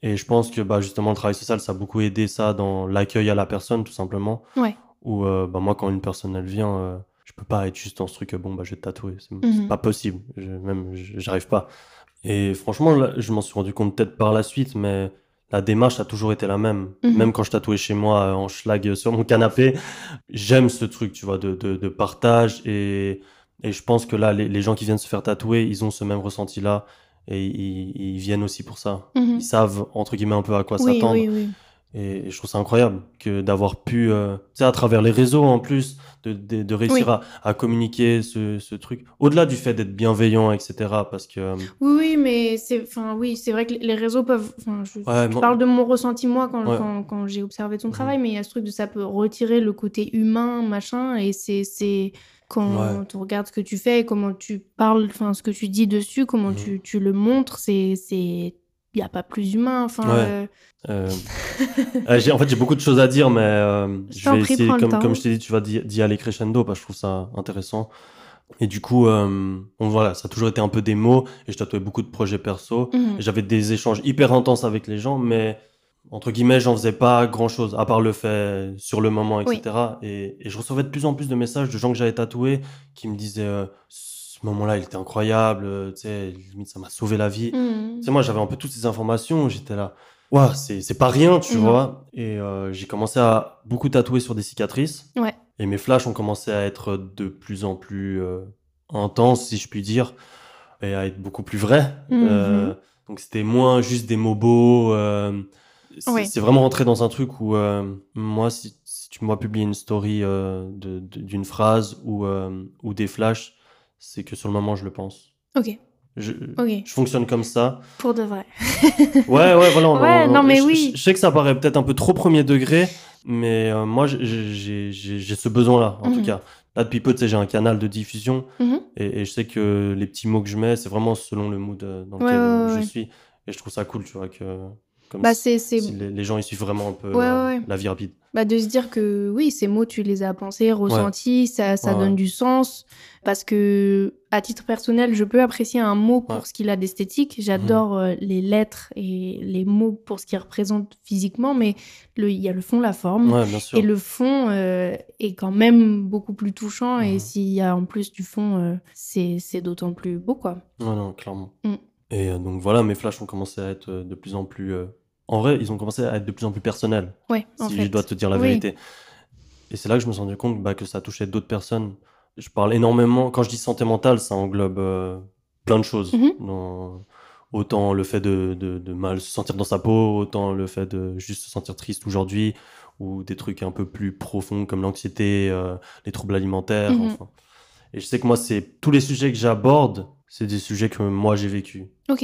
Et je pense que bah, justement, le travail social, ça a beaucoup aidé ça dans l'accueil à la personne, tout simplement. Ouais. Où euh, bah, moi, quand une personne, elle vient, euh, je peux pas être juste dans ce truc, euh, bon, bah, je vais te tatouer. C'est, c'est Mhm. pas possible. Je, même, je- j'arrive pas. Et franchement, là, je m'en suis rendu compte peut-être par la suite, mais la démarche a toujours été la même. Mhm. Même quand je tatouais chez moi euh, en schlag euh, sur mon canapé, j'aime ce truc, tu vois, de, de, de partage. Et, et je pense que là, les, les gens qui viennent se faire tatouer, ils ont ce même ressenti-là. Et ils, ils viennent aussi pour ça. Mhm. Ils savent, entre guillemets, un peu à quoi Oui, s'attendre. oui, oui. Et, et je trouve ça incroyable que d'avoir pu, euh, tu sais, à travers les réseaux en plus, de, de, de réussir Oui. à, à communiquer ce, ce truc. Au-delà du fait d'être bienveillant, et cetera. Parce que, euh, Oui, oui, mais c'est, enfin, oui, c'est vrai que les réseaux peuvent. Enfin, je, ouais, je moi- parle de mon ressenti moi quand, Ouais. quand, quand j'ai observé ton Mhm. travail, mais il y a ce truc de ça peut retirer le côté humain, machin, et c'est, c'est quand Ouais. tu regardes ce que tu fais, comment tu parles, enfin, ce que tu dis dessus, comment Mhm. tu, tu le montres, c'est, c'est, il y a pas plus humain, enfin. Ouais. euh, Euh, euh, j'ai, en fait, j'ai beaucoup de choses à dire, mais euh, Je je t'en vais prie, essayer, prends le comme, temps. comme je t'ai dit, tu vas d'y, d'y aller crescendo, parce que je trouve ça intéressant. Et du coup, euh, bon, voilà, ça a toujours été un peu des mots, et je tatouais beaucoup de projets perso, Mhm. et j'avais des échanges hyper intenses avec les gens, mais entre guillemets, j'en faisais pas grand-chose, à part le fait sur le moment, Oui. et cetera. Et, et je recevais de plus en plus de messages de gens que j'avais tatoués qui me disaient euh, ce moment-là, il était incroyable, euh, tu sais, limite, ça m'a sauvé la vie. Mhm. Tu sais, moi, j'avais un peu toutes ces informations, j'étais là. Ouah, c'est, c'est pas rien, tu Non. vois. Et euh, j'ai commencé à beaucoup tatouer sur des cicatrices. Ouais. Et mes flashs ont commencé à être de plus en plus euh, intenses, si je puis dire, et à être beaucoup plus vrais. Mhm. Euh, donc c'était moins juste des mots beaux. euh, c'est, Ouais. c'est vraiment rentré dans un truc où euh, moi, si, si tu me vois publier une story euh, de, de- d'une phrase ou, euh, ou des flashs, c'est que sur le moment, je le pense. Ok. Je, Ok. je fonctionne comme ça. Pour de vrai. Ouais, ouais, voilà. on- Ouais, on- non, mais je, oui. je- je sais que ça paraît peut-être un peu trop premier degré, mais euh, moi, j'ai, j'ai, j'ai, j'ai ce besoin-là, en tout Mhm. cas. Là, depuis peu, tu sais, j'ai un canal de diffusion Mhm. et, et je sais que les petits mots que je mets, c'est vraiment selon le mood euh, dans Ouais, lequel euh, ouais, je ouais. suis. Et je trouve ça cool, tu vois, que comme Bah, si, c'est, c'est... si les, les gens, ils suivent vraiment un peu Ouais, euh, ouais, ouais. la vie rapide. Bah, de se dire que oui, ces mots, tu les as pensés, Ouais, ressentis, ça, ça ouais, donne ouais. du sens. Parce que, à titre personnel, je peux apprécier un mot pour Ouais. ce qu'il a d'esthétique. Mhm. J'adore euh, les lettres et les mots pour ce qu'ils représentent physiquement, mais le- il y a le fond, la forme. Ouais, bien Et sûr. le fond euh, est quand même beaucoup plus touchant. Et Mhm. s'il y a en plus du fond, euh, c'est, c'est d'autant plus beau, quoi. Ouais, non, clairement. Mm. Et euh, donc voilà, mes flashs ont commencé à être euh, de plus en plus... euh, En vrai, ils ont commencé à être de plus en plus personnels, Ouais, en si fait. je dois te dire la Oui. vérité. Et c'est là que je me suis rendu compte bah, que ça touchait d'autres personnes. Je parle énormément, quand je dis santé mentale, ça englobe euh, plein de choses. Mhm. Dans- Autant le fait de, de, de mal se sentir dans sa peau, autant le fait de juste se sentir triste aujourd'hui, ou des trucs un peu plus profonds comme l'anxiété, euh, les troubles alimentaires, Mhm. enfin. Et je sais que moi, c'est tous les sujets que j'aborde, c'est des sujets que moi j'ai vécu. Ok.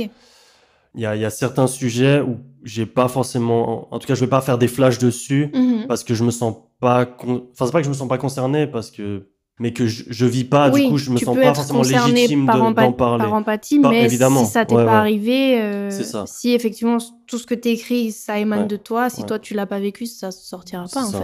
Il y a, il y a certains sujets où j'ai pas forcément, en tout cas, je vais pas faire des flashs dessus Mhm. parce que je me sens pas, con- enfin, c'est pas que je me sens pas concerné parce que, mais que je, je vis pas, du Oui, coup, je me tu sens peux pas être forcément concerné légitime par, de- empa- d'en parler. par empathie, Pas- mais évidemment, si ça t'est ouais, pas ouais. arrivé, euh, C'est ça. si effectivement tout ce que t'écris, ça émane Ouais, de toi, si ouais. toi tu l'as pas vécu, ça sortira C'est pas en ça. fait.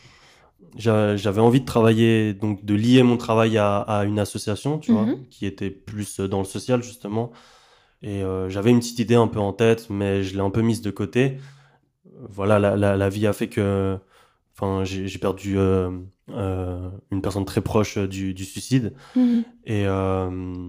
J'a- J'avais envie de travailler, donc de lier mon travail à, à une association, tu vois, Mhm. qui était plus dans le social, justement. Et euh, j'avais une petite idée un peu en tête, mais je l'ai un peu mise de côté. Voilà, la, la, la vie a fait que, enfin, j'ai j'ai perdu euh, euh, une personne très proche du, du suicide. Mhm. Et, euh,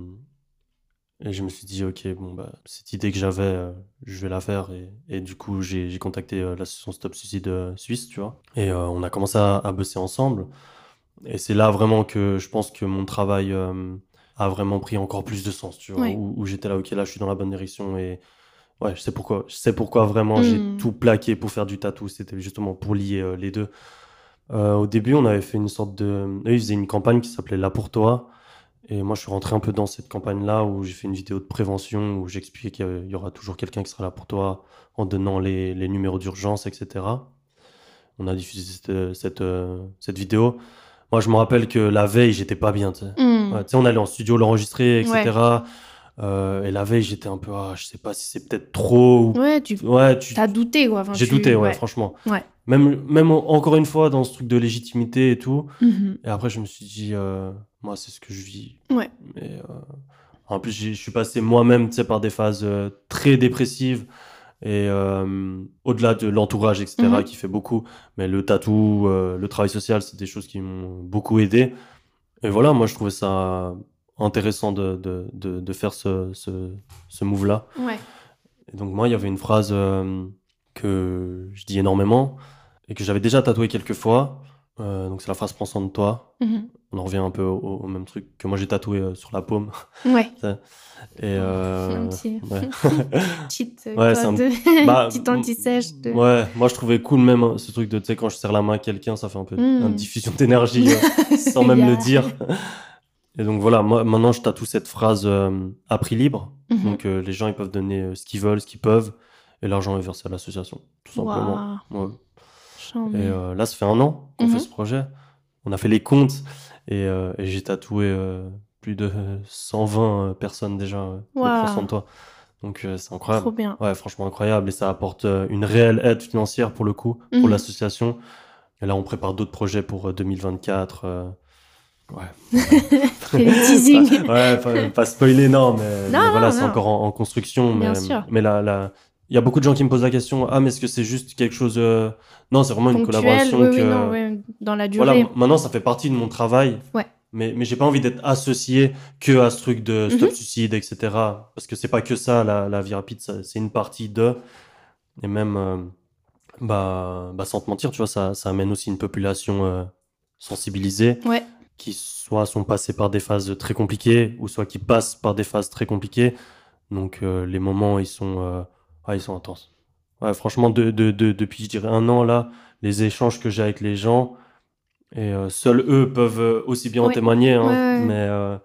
et je me suis dit, ok, bon, bah, cette idée que j'avais, euh, je vais la faire. Et, et du coup, j'ai j'ai contacté euh, l'association Stop Suicide euh, Suisse, tu vois. Et euh, on a commencé à, à bosser ensemble. Et c'est là vraiment que je pense que mon travail euh, a vraiment pris encore plus de sens, tu vois. Ouais. Où, où j'étais là, ok, là, je suis dans la bonne direction. Et ouais, je sais pourquoi. Je sais pourquoi vraiment j'ai Mhm. tout plaqué pour faire du tatou. C'était justement pour lier euh, les deux. Euh, au début, on avait fait une sorte de... Eux, ils faisaient une campagne qui s'appelait Là pour toi. Et moi, je suis rentré un peu dans cette campagne-là où j'ai fait une vidéo de prévention où j'expliquais qu'il y a- il y aura toujours quelqu'un qui sera là pour toi en donnant les, les numéros d'urgence, et cetera. On a diffusé cette, cette, euh, cette vidéo. Moi, je me rappelle que la veille, j'étais pas bien, tu sais. Mhm. Ouais, tu sais, on allait en studio l'enregistrer, Ouais. et cetera. Euh, et la veille, j'étais un peu, ah, je sais pas si c'est peut-être trop. Ou... Ouais, tu Ouais, tu... t'as douté quoi. Enfin, J'ai tu- douté, ouais, franchement. Ouais. Même, même en- encore une fois, dans ce truc de légitimité et tout. Mhm. Et après, je me suis dit, euh, moi, c'est ce que je vis. Ouais. Mais, euh, en plus, j'ai- je suis passé moi-même, tu sais, par des phases euh, très dépressives. Et euh, au-delà de l'entourage, et cetera, Mhm. qui fait beaucoup, mais le tatou, euh, le travail social, c'est des choses qui m'ont beaucoup aidé. Et voilà, moi, je trouvais ça intéressant de, de, de, de faire ce, ce, ce move-là. Ouais. Et donc, moi, il y avait une phrase euh, que je dis énormément et que j'avais déjà tatouée quelques fois. Euh, donc, c'est la phrase « Prends soin de toi ». Mhm. On en revient un peu au, au même truc que moi, j'ai tatoué euh, sur la paume. Ouais. Et euh, Un petit ouais. cheat euh, Ouais, c'est code, un- bah, petit anti-sèche. De... ouais, moi je trouvais cool même hein, ce truc de, tu sais, quand je serre la main à quelqu'un, ça fait un peu Mm. une diffusion d'énergie euh, sans même Yeah. le dire. Et donc voilà, moi maintenant je tatoue cette phrase euh, à prix libre. Mhm. Donc euh, les gens ils peuvent donner euh, ce qu'ils veulent, ce qu'ils peuvent, et l'argent est versé à l'association, tout simplement. Waouh. Ouais. J'en Et ai. euh, là, ça fait un an qu'on Mhm. fait ce projet. On a fait les comptes et, euh, et j'ai tatoué euh, plus de cent vingt euh, personnes déjà euh, de Waouh. Prends soin de toi. Donc euh, c'est incroyable. Trop bien. Ouais, franchement incroyable. Et ça apporte euh, une réelle aide financière pour le coup, pour Mhm. l'association. Et là, on prépare d'autres projets pour euh, deux mille vingt-quatre. euh, Ouais. Fais le teasing. Ouais, pas, pas spoiler, non, mais, Non, mais voilà, non, c'est non. encore en, en construction. Bien Mais, sûr. mais là, là, il y a beaucoup de gens qui me posent la question, ah, mais est-ce que c'est juste quelque chose... euh, Non, c'est vraiment une Ponctuel, collaboration oui, que... oui, non, oui, dans la Voilà, durée. m- maintenant, ça fait partie de mon travail. Ouais. Mais, mais j'ai pas envie d'être associé que à ce truc de stop Mhm. suicide, et cetera. Parce que c'est pas que ça, la, la vie rapide, ça- c'est une partie de... Et même, euh, bah, bah, sans te mentir, tu vois, ça, ça amène aussi une population euh, sensibilisée Ouais. qui soit sont passés par des phases très compliquées ou soit qui passent par des phases très compliquées. Donc euh, les moments, ils sont, euh, ah, ils sont intenses. Ouais, franchement, de, de, de- depuis, je dirais, un an, là, les échanges que j'ai avec les gens, et euh, seuls eux peuvent euh, aussi bien en Ouais. témoigner, hein, Ouais, ouais. mais, euh,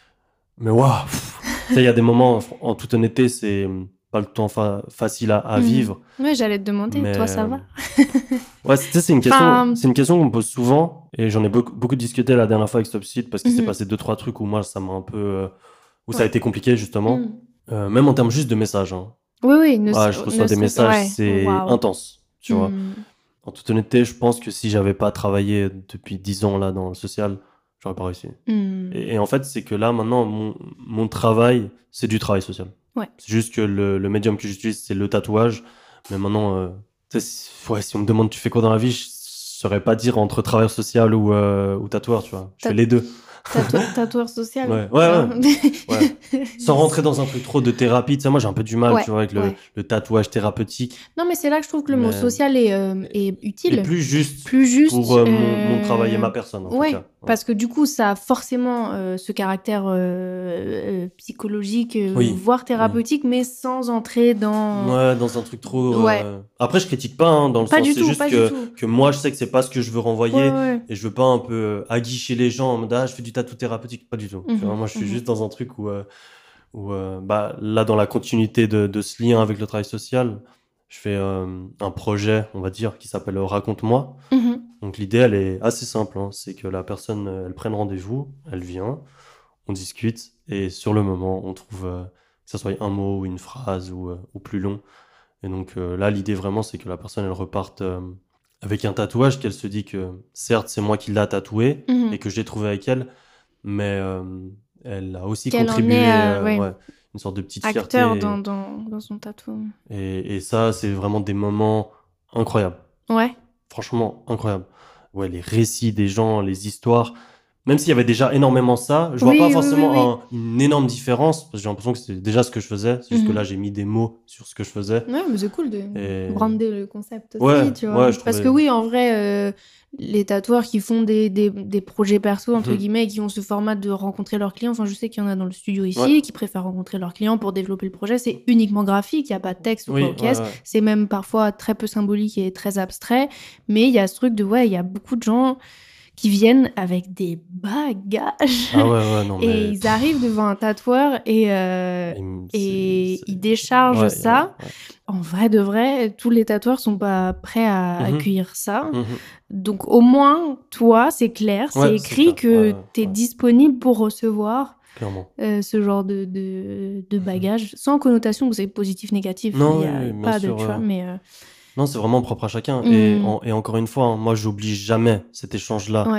mais waouh, pff. Tu sais, il y a des moments, en toute honnêteté, c'est pas le temps fa- facile à, à Mhm. vivre. Ouais, j'allais te demander, Mais toi, ça euh, va? ouais, c'est tu sais, c'est une question, Enfin, c'est une question qu'on me pose souvent et j'en ai beaucoup, beaucoup discuté la dernière fois avec Stopseed parce qu'il s'est Mhm. passé deux trois trucs où moi ça m'a un peu euh, où ça a Ouais. été compliqué justement. Mhm. Euh, même en termes juste de messages, hein. Oui, oui, ne, Ah, s- je ne reçois des serait- messages, ouais. c'est Waouh. intense, tu vois. Mhm. En toute honnêteté, je pense que si j'avais pas travaillé depuis dix ans là dans le social, j'aurais pas réussi. Mhm. Et, et en fait, c'est que là maintenant mon, mon travail, c'est du travail social. Ouais. C'est juste que le, le médium que j'utilise, c'est le tatouage. Mais maintenant, euh, tu sais, si, ouais, si on me demande tu fais quoi dans la vie, je saurais pas dire entre travailleur social ou, euh, ou tatoueur, tu vois. Je Ta- fais les deux. Tatou- tatoueur social. Ouais, ouais, Hein. Ouais. Sans rentrer dans un truc trop de thérapie, tu sais, moi j'ai un peu du mal, Ouais, tu vois, avec le, ouais. le tatouage thérapeutique. Non, mais c'est là que je trouve que le mot Mais- social est, euh, est utile. Et plus juste Plus juste. pour euh, mon, mon euh, travail et ma personne, en Ouais, tout cas. Ouais. parce que du coup, ça a forcément euh, ce caractère euh, euh, psychologique, euh, Oui, voire thérapeutique, mais sans entrer dans. Ouais, dans un truc trop. Ouais. euh, Après, je critique pas, hein, dans le Pas sens, du c'est tout, juste pas du que, tout. que moi, je sais que c'est pas ce que je veux renvoyer. Ouais, ouais. Et je veux pas un peu euh, aguicher les gens en mode ah, je fais du tatou thérapeutique. Pas du tout. Tu Mhm, vois, moi, je suis mhm. juste dans un truc où, euh, où euh, bah, là, dans la continuité de, de ce lien avec le travail social, je fais euh, un projet, on va dire, qui s'appelle euh, Raconte-moi. Mhm. Donc, l'idée, elle est assez simple. Hein, c'est que la personne, euh, elle prenne rendez-vous, elle vient, on discute, et sur le moment, on trouve euh, que ça soit un mot ou une phrase ou, euh, ou plus long. Et donc euh, là, l'idée vraiment, c'est que la personne, elle reparte euh, avec un tatouage, qu'elle se dit que certes, c'est moi qui l'ai tatoué Mhm. et que je l'ai trouvé avec elle, mais euh, elle a aussi Qu'elle en contribué est, euh, euh, ouais. ouais, une sorte de petite fierté. Acteur dans, dans, dans son tatou. Et, et ça, c'est vraiment des moments incroyables. Ouais. Franchement, incroyables. Ouais, les récits des gens, les histoires. Même s'il y avait déjà énormément ça, je vois Oui, pas oui, forcément oui, oui. un- une énorme différence, parce que j'ai l'impression que c'était déjà ce que je faisais. C'est juste Mhm. que là, j'ai mis des mots sur ce que je faisais. Ouais, mais c'est cool de Et- brander le concept aussi, Ouais, tu vois. ouais, je Parce trouvais- que oui, en vrai, euh, les tatoueurs qui font des, des, des projets perso, entre Mhm. guillemets, et qui ont ce format de rencontrer leurs clients, enfin, je sais qu'il y en a dans le studio ici, Ouais. qui préfèrent rencontrer leurs clients pour développer le projet, c'est uniquement graphique, il n'y a pas de texte ou Oui, quoi aux ouais, caisses. ouais. C'est même parfois très peu symbolique et très abstrait, mais il y a ce truc de, ouais, il y a beaucoup de gens qui viennent avec des bagages. Ah ouais, ouais, non, Et mais. ils arrivent devant un tatoueur et, euh, Il me- et c'est- c'est- ils déchargent Ouais, ça. ouais, En vrai de vrai, tous les tatoueurs sont pas prêts à Mhm. accueillir ça. ouais. Mhm. Donc au moins, toi, c'est clair, Ouais, c'est c'est écrit clair. que Ouais, ouais, tu es ouais. disponible pour recevoir Clairement. euh, ce genre de, de, de bagages, sans connotation où c'est positif, négatif. Non, il y a oui, oui, bien pas sûr, de, tu vois, ouais. mais... euh, Non, c'est vraiment propre à chacun. Et, Mhm. en- et encore une fois, hein, moi, j'oublie jamais cet échange-là. Ouais.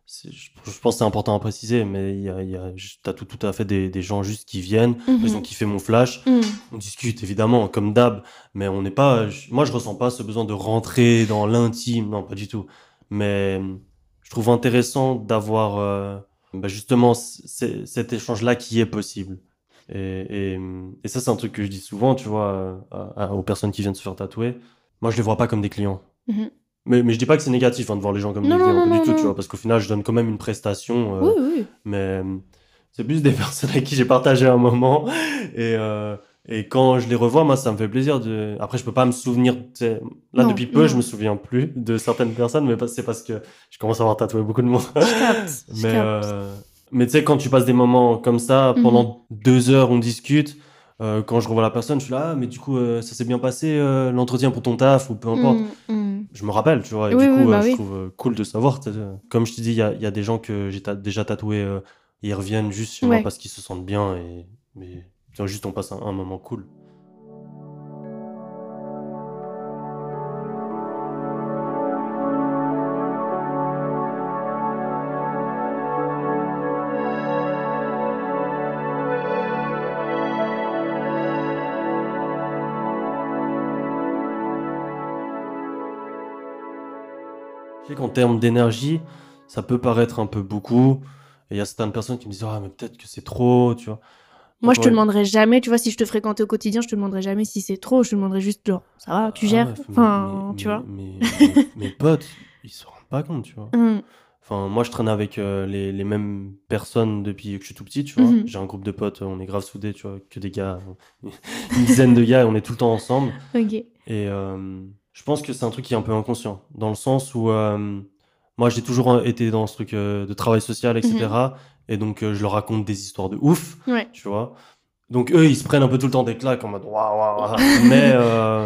c'est, je, je pense que c'est important à préciser, mais il y a, il y a, t'as tout, tout à fait des, des gens juste qui viennent, Mhm. ils ont kiffé mon flash, Mm. on discute évidemment comme d'hab, mais on n'est pas, je- moi je ressens pas ce besoin de rentrer dans l'intime, non pas du tout. Mais euh, je trouve intéressant d'avoir euh, bah, justement c- cet échange-là qui est possible. Et, et, et ça c'est un truc que je dis souvent, tu vois, euh, à- à- aux personnes qui viennent se faire tatouer. Moi je les vois pas comme des clients. Mhm. Mais, mais je dis pas que c'est négatif hein, de voir les gens comme Non, des non, clients, non, pas du non, tout, tu non. vois, parce qu'au final, je donne quand même une prestation, Oui, euh, oui. mais euh, c'est plus des personnes avec qui j'ai partagé un moment, et, euh, et quand je les revois, moi, ça me fait plaisir de... Après, je peux pas me souvenir, tu sais, là, Non, depuis peu, je non. me souviens plus de certaines personnes, mais pas- c'est parce que je commence à avoir tatoué beaucoup de monde. Je capte, je Mais, capte. euh, mais tu sais, quand tu passes des moments comme ça, Mhm. pendant deux heures, on discute. Euh, quand je revois la personne, je suis là, ah, mais du coup, euh, ça s'est bien passé euh, l'entretien pour ton taf ou peu importe. Mm, mm. Je me rappelle, tu vois, et Oui, du oui, coup, euh, bah je oui. trouve euh, cool de savoir. t'sais, euh, Comme je te dis, il y a, il y a des gens que j'ai ta- déjà tatoués, euh, ils reviennent juste chez moi Ouais. parce qu'ils se sentent bien et mais tiens, juste on passe un, un moment cool. Je sais qu'en termes d'énergie, ça peut paraître un peu beaucoup. Et il y a certaines personnes qui me disent, ah, mais peut-être que c'est trop, tu vois. Moi, je Encore te une- demanderai jamais, tu vois, si je te fréquentais au quotidien, je te demanderai jamais si c'est trop. Je te demanderai juste, genre, ça va, tu Ah gères? ouais, mais, Enfin, mais, tu mais, vois. mais, mais- mes potes, ils se rendent pas compte, tu vois. Mm. Enfin, moi, je traîne avec euh, les, les mêmes personnes depuis que je suis tout petit, tu vois. Mhm. J'ai un groupe de potes, on est grave soudés, tu vois, que des gars, une dizaine de gars, et on est tout le temps ensemble. Ok. Et euh, je pense que c'est un truc qui est un peu inconscient, dans le sens où euh, moi, j'ai toujours été dans ce truc euh, de travail social, Mhm. et cetera. Et donc, euh, je leur raconte des histoires de ouf, Ouais. tu vois. Donc, eux, ils se prennent un peu tout le temps des claques en mode waouh, waouh, waouh. Mais euh,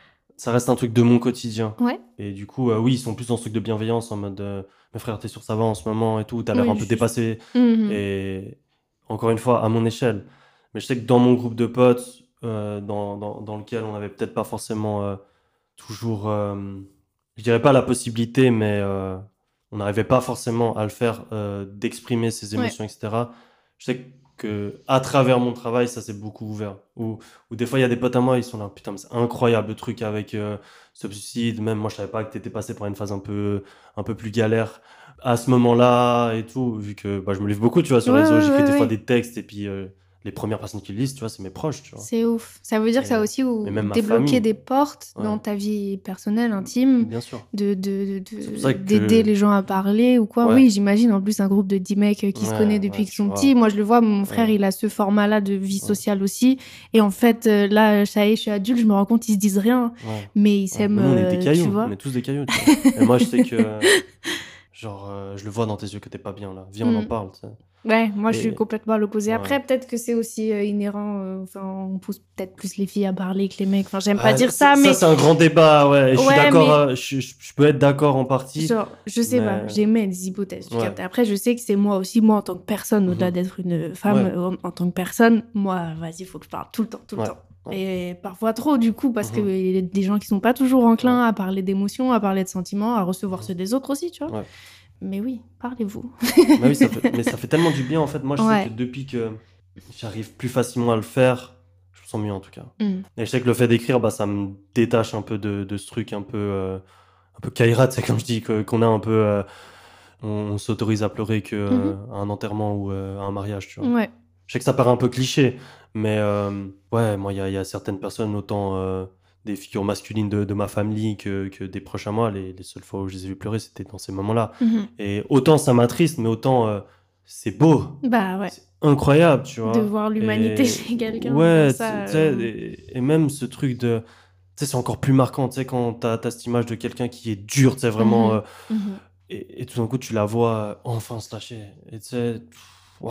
ça reste un truc de mon quotidien. Ouais. Et du coup, euh, oui, ils sont plus dans ce truc de bienveillance en mode euh, mais frère, t'es sur ça va en ce moment et tout, t'as l'air Oui, un peu juste. dépassé. Mhm. Et encore une fois, à mon échelle. Mais je sais que dans mon groupe de potes, euh, dans, dans, dans lequel on n'avait peut-être pas forcément euh, toujours, euh, je dirais pas la possibilité, mais euh, on n'arrivait pas forcément à le faire, euh, d'exprimer ses Ouais. émotions, et cetera. Je sais que à travers mon travail, ça s'est beaucoup ouvert. Ou, ou des fois, il y a des potes à moi, ils sont là, putain, mais c'est incroyable le truc avec euh, ce suicide. Même moi, je savais pas que t'étais passé par une phase un peu, un peu plus galère à ce moment-là et tout, vu que bah, je me livre beaucoup, tu vois, sur Ouais, les réseaux, ouais, j'écris ouais, des fois ouais. des textes et puis euh, les premières personnes qui le lisent, tu vois, c'est mes proches, tu vois. C'est ouf. Ça veut dire que Et, ça a euh, aussi ou- mais même ma débloqué famille. des portes Ouais. dans ta vie personnelle, intime, Bien sûr. de, de, de- C'est pour ça que- d'aider les gens à parler ou quoi. Ouais. Oui, j'imagine. En plus, un groupe de dix mecs euh, qui se Ouais, connaît depuis ouais, qu'ils tu sont vois. petits. Moi, je le vois, mon frère, Ouais. il a ce format-là de vie Ouais. sociale aussi. Et en fait, euh, là, ça y est, je suis adulte, je me rends compte, ils se disent rien, Ouais. mais ils Ouais. s'aiment, Mais nous, on est des euh, cailloux, tu vois. on est tous des cailloux, tu vois. Et moi, je sais que, euh, genre, euh, je le vois dans tes yeux que t'es pas bien là. Viens, on en Mm. parle, tu sais. Ouais, moi, je suis Et- complètement à l'opposé. Ouais. Après, peut-être que c'est aussi euh, inhérent. euh, Enfin, on pousse peut-être plus les filles à parler que les mecs. Enfin, j'aime pas Ah, dire ça, ça, mais c'est un grand débat, ouais. Et je suis Ouais, d'accord, mais- euh, je, je- je peux être d'accord en partie. genre, je sais mais- pas, j'émets des hypothèses. tu Ouais. captes. Après, je sais que c'est moi aussi, moi en tant que personne, au-delà Mhm. d'être une femme, Ouais. euh, en, en tant que personne, moi, vas-y, faut que je parle tout le temps, tout le Ouais, temps. ouais. Et parfois trop, du coup, parce Mhm. qu'il y a des gens qui sont pas toujours enclins à parler d'émotions, à parler de sentiments, à recevoir Mhm. ceux des autres aussi, tu vois. Ouais. Mais oui, parlez-vous. Bah oui, ça fait, mais ça fait tellement du bien en fait. Moi, je Ouais. sais que depuis que j'arrive plus facilement à le faire, je me sens mieux en tout cas. Mm. Et je sais que le fait d'écrire, bah, ça me détache un peu de, de ce truc un peu, euh, un peu Kaira, c'est comme je dis, que- qu'on a un peu. euh, on, on s'autorise à pleurer que, euh, à un enterrement ou euh, à un mariage, tu vois. Ouais. Je sais que ça paraît un peu cliché, mais euh, ouais, moi, il y a, il y a certaines personnes, autant euh, des figures masculines de, de ma famille que, que des proches à moi, les, les seules fois où je les ai vus pleurer, c'était dans ces moments-là. Mhm. Et autant ça m'attriste, mais autant euh, c'est beau, Bah ouais. c'est incroyable, tu vois. De voir l'humanité Et- chez quelqu'un. Ouais, comme ça, tu sais, euh, et, et même ce truc de. Tu sais, c'est encore plus marquant, tu sais, quand t'as, t'as cette image de quelqu'un qui est dur, tu sais, vraiment. Mhm. euh, mhm. et, et tout d'un coup, tu la vois euh, enfin se lâcher. Et tu sais, pff, waouh,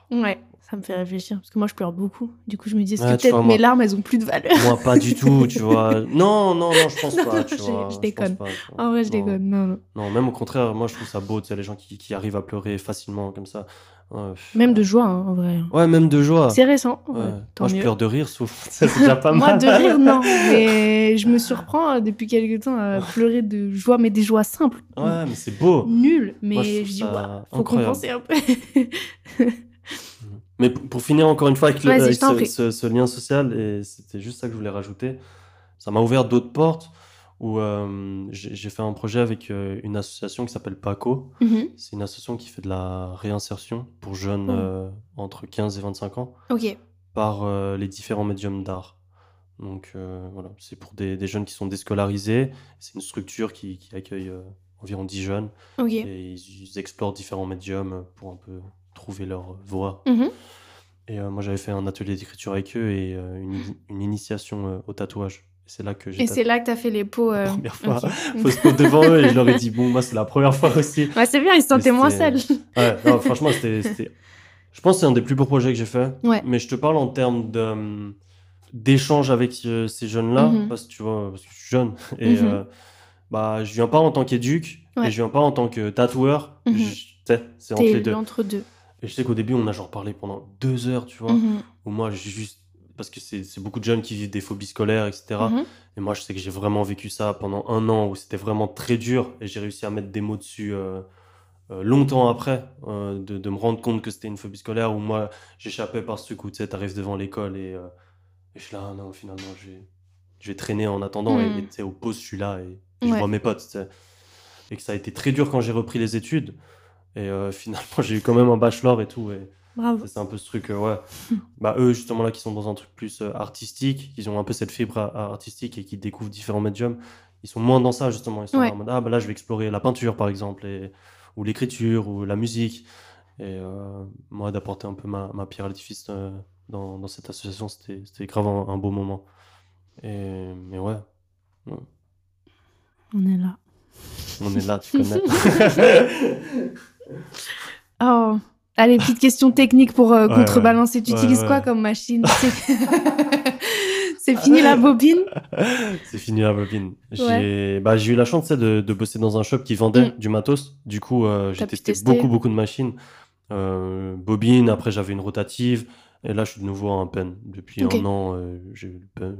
Ouais, ça me fait réfléchir. Parce que moi, je pleure beaucoup. Du coup, je me dis, est-ce Ouais, que tu peut-être vois, mes moi- larmes, elles ont plus de valeur? Moi, pas du tout, tu vois. Non, non, non, je pense Non, pas, non, tu je- vois. je pense déconne. pas, tu vois. En vrai, je Non. déconne. Non, non. Non, même au contraire, moi, je trouve ça beau, tu sais, les gens qui, qui arrivent à pleurer facilement, comme ça. Ouais, pff, Même ouais. de joie, hein, en vrai. Ouais, même de joie. C'est récent. Ouais. Ouais, tant Moi, je mieux. pleure de rire souvent. Ça, c'est déjà pas Moi, mal. de rire, non. Mais je me surprends euh, depuis quelques temps à pleurer de joie, mais des joies simples. Ouais, mais c'est beau. Nul. Mais Moi, je trouve je dis, ça waouh, faut incroyable. compenser un peu. Mais pour, pour finir encore une fois avec, le- Vas-y, avec je t'en ce, prie. ce- ce lien social, et c'était juste ça que je voulais rajouter, ça m'a ouvert d'autres portes où euh, j'ai j'ai fait un projet avec euh, une association qui s'appelle PACO. Mhm. C'est une association qui fait de la réinsertion pour jeunes Oh. euh, entre quinze et vingt-cinq ans Ok. par euh, les différents médiums d'art. Donc euh, voilà, c'est pour des, des jeunes qui sont déscolarisés. C'est une structure qui, qui accueille euh, environ dix jeunes Ok. et ils, ils explorent différents médiums pour un peu trouver leur voie. Mhm. Et euh, moi, j'avais fait un atelier d'écriture avec eux et euh, une, une initiation euh, au tatouage. Et c'est là que j'ai Et c'est là que t'as fait les pots. la euh, première fois. ok. Faut se poser devant eux et je leur ai dit, bon, moi, c'est la première fois aussi. Ouais, c'est bien, ils se sentaient Mais moins c'était- seuls. Ouais, non, franchement, c'était, c'était- je pense que c'est un des plus beaux projets que j'ai fait. Ouais. Mais je te parle en termes de, hum, d'échange avec euh, ces jeunes-là, Mhm. parce que tu vois, parce que je suis jeune. Et Mhm. euh, bah, je viens pas en tant qu'éduc Ouais. et je viens pas en tant que tatoueur. Mhm. Je- tu sais, c'est entre les T'es deux. l'entre-deux. Et je sais qu'au début, on a genre parlé pendant deux heures, tu vois. Mhm. Où moi, j'ai juste. Parce que c'est c'est beaucoup de jeunes qui vivent des phobies scolaires, et cetera. Mhm. Et moi, je sais que j'ai vraiment vécu ça pendant un an où c'était vraiment très dur et j'ai réussi à mettre des mots dessus euh, euh, longtemps après, euh, de, de me rendre compte que c'était une phobie scolaire où moi, j'échappais par ce truc où tu sais, t'arrives devant l'école et, euh, et je suis là, ah non, finalement, je vais, je vais traîner en attendant. Mhm. Et et tu sais, au pause, je suis là et, et je Ouais. vois mes potes, tu sais. Et que ça a été très dur quand j'ai repris les études. Et euh, finalement, j'ai eu quand même un bachelor et tout. Et, Bravo. ça, c'est un peu ce truc, euh, ouais. Bah, eux, justement, là, qui sont dans un truc plus euh, artistique, qui ont un peu cette fibre a- a- artistique et qui découvrent différents médiums, ils sont moins dans ça, justement. Ils sont Ouais. là en mode, ah, bah là, je vais explorer la peinture, par exemple, et, ou l'écriture, ou la musique. Et euh, moi, d'apporter un peu ma, ma pierre à l'édifice euh, dans, dans cette association, c'était c'était grave un, un beau moment. Et, mais ouais, ouais, On est là. on est là, tu connais. Oh. Allez, petite question technique pour euh, Ouais, contrebalancer. Tu ouais, utilises ouais. quoi comme machine? C'est- C'est fini la bobine? C'est fini la bobine. J'ai bah, j'ai eu la chance tu sais, de, de bosser dans un shop qui vendait Mm. du matos. Du coup, euh, j'ai T'as pu testé tester. beaucoup, beaucoup de machines. Euh, bobine, après j'avais une rotative. Et là, je suis de nouveau en pen. Depuis Ok. un an, euh, j'ai eu le pen.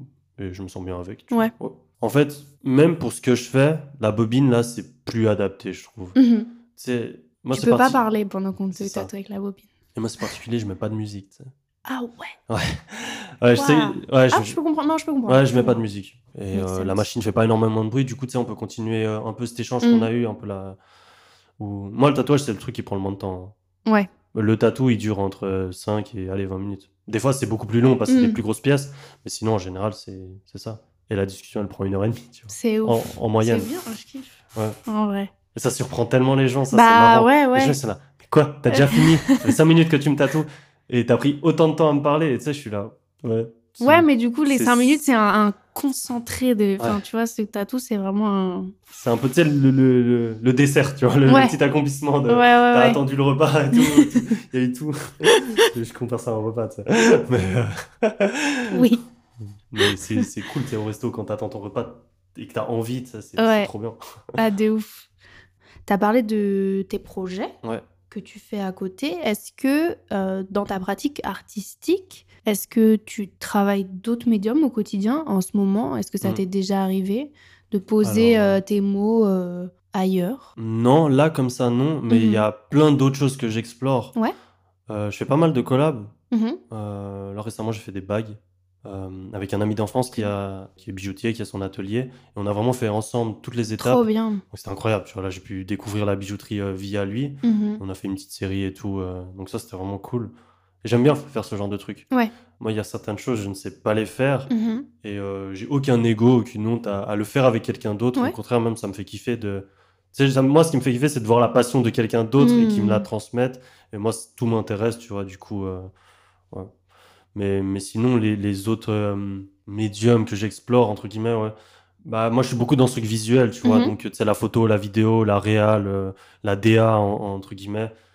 Et je me sens bien avec. tu Ouais. vois. En fait, même pour ce que je fais, la bobine, là, c'est plus adapté, je trouve. Mhm. Tu sais, moi, Tu c'est peux pas parti- parler pendant qu'on te C'est ça. tatoue avec la bobine. Et moi, c'est particulier, je mets pas de musique. tu sais. Ah ouais. Ouais, je sais. Waouh. Ouais, Ah, je- je peux comprendre. Non, je peux comprendre. Ouais, je mets pas de musique. Et Make euh, sense. la machine fait pas énormément de bruit. Du coup, tu sais, on peut continuer euh, un peu cet échange Mm. qu'on a eu, un peu la. Où... Moi, le tatouage, c'est le truc qui prend le moins de temps. Ouais. Le tatou, il dure entre cinq et allez, vingt minutes. Des fois, c'est beaucoup plus long parce que c'est Mm. des plus grosses pièces. Mais sinon, en général, c'est c'est ça. Et la discussion, elle prend une heure et demie, tu vois. C'est En, ouf. en moyenne. C'est bien, je kiffe. Ouais. En vrai. Et ça surprend tellement les gens, ça, c'est Bah marrant. ouais, Les ouais. gens, ils sont là. Mais quoi? T'as déjà fini? Ça fait cinq minutes que tu me tatoues. Et t'as pris autant de temps à me parler. Et tu sais, je suis là. Ouais. c'est- Ouais, mais du coup, les c'est- cinq minutes, c'est un, un concentré de. Enfin, Ouais. tu vois, ce tatou, c'est vraiment un. C'est un peu, tu sais, le, le, le, le dessert, tu vois, le, le Ouais. petit accomplissement de. Ouais, ouais, T'as ouais. attendu le repas et tout. Il y a eu tout. Je compare ça à un repas, tu sais. Mais, euh, Oui. mais c'est c'est cool, tu sais, au resto, quand t'attends ton repas et que t'as envie, ça, c'est Ouais. c'est trop bien. Ah, de ouf. T'as parlé de tes projets Ouais. que tu fais à côté. Est-ce que euh, dans ta pratique artistique, est-ce que tu travailles d'autres médiums au quotidien en ce moment? Est-ce que ça Mm. t'est déjà arrivé de poser Alors, euh, tes mots euh, ailleurs? Non, là, comme ça, non. Mais il Mhm. y a plein d'autres choses que j'explore. Ouais. Euh, je fais pas mal de collabs. Mhm. Euh, là, récemment, j'ai fait des bagues euh, avec un ami d'enfance qui, a, qui est bijoutier, qui a son atelier. Et on a vraiment fait ensemble toutes les étapes. Trop bien. Donc, c'était incroyable. Tu vois, là, j'ai pu découvrir la bijouterie euh, via lui. Mhm. On a fait une petite série et tout. euh, donc, ça, c'était vraiment cool. Et j'aime bien faire ce genre de trucs. Ouais. Moi, il y a certaines choses, je ne sais pas les faire. Mhm. Et euh, j'ai aucun ego, aucune honte à, à le faire avec quelqu'un d'autre. Ouais. Au contraire, même, ça me fait kiffer de. Tu sais, ça- moi, ce qui me fait kiffer, c'est de voir la passion de quelqu'un d'autre et qui me la Mm. transmette. Et moi, c- tout m'intéresse, tu vois, du coup. euh, ouais. Mais, mais sinon, les, les autres euh, médiums que j'explore, entre guillemets, ouais. Bah, moi, je suis beaucoup dans ce truc visuel, tu vois. Mhm. Donc, tu sais, la photo, la vidéo, la réal, euh, la D A, en- entre guillemets.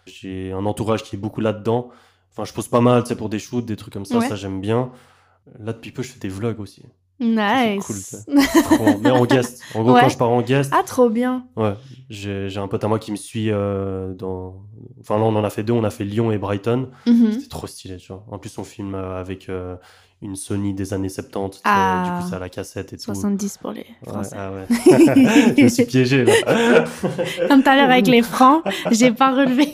J'ai un entourage qui est beaucoup là-dedans. Enfin, je pose pas mal, tu sais, pour des shoots, des trucs comme ça, Ouais. ça j'aime bien. Là, depuis peu, je fais des vlogs aussi. Ça, c'est Nice. cool, tu sais. C'est trop- Mais en guest. En gros, Ouais. quand je pars en guest, Ah, trop bien. ouais, j'ai, j'ai un pote à moi qui me suit euh, dans... Enfin, là, on en a fait deux. On a fait Lyon et Brighton. Mhm. C'était trop stylé, tu vois. En plus, on filme euh, avec euh, une Sony des années soixante-dix. tu sais, Ah. Du coup, c'est à la cassette et tout. soixante-dix pour les Ouais, Français. ah ouais. Je me suis piégé, là. Comme tout à l'heure avec les francs, j'ai pas relevé.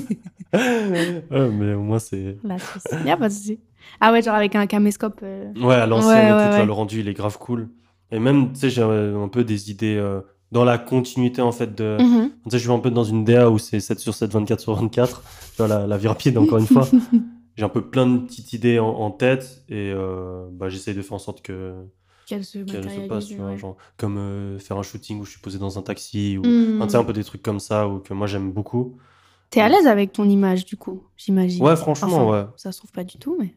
Ouais, mais au moins, c'est... La Suisse. Y a pas de souci. Ah ouais, genre avec un caméscope. euh, Ouais, à l'ancienne Ouais, et tout, ouais, tu vois, ouais. le rendu, il est grave cool. Et même, tu sais, j'ai euh, un peu des idées euh, dans la continuité, en fait, de... mhm. Tu sais, je suis un peu dans une D A où c'est sept sur sept, vingt-quatre sur vingt-quatre. Tu vois, la, la vie rapide, encore une fois. J'ai un peu plein de petites idées en, en tête et euh, bah, j'essaye de faire en sorte que Qu'elle se qu'elles se matérialise. passent, tu vois, ouais. genre, comme euh, faire un shooting où je suis posé dans un taxi ou Hmm. enfin, tu sais, un peu des trucs comme ça ou que moi j'aime beaucoup. T'es à l'aise avec ton image, du coup, j'imagine. Ouais, franchement, Enfin, ouais. ça se trouve pas du tout, mais.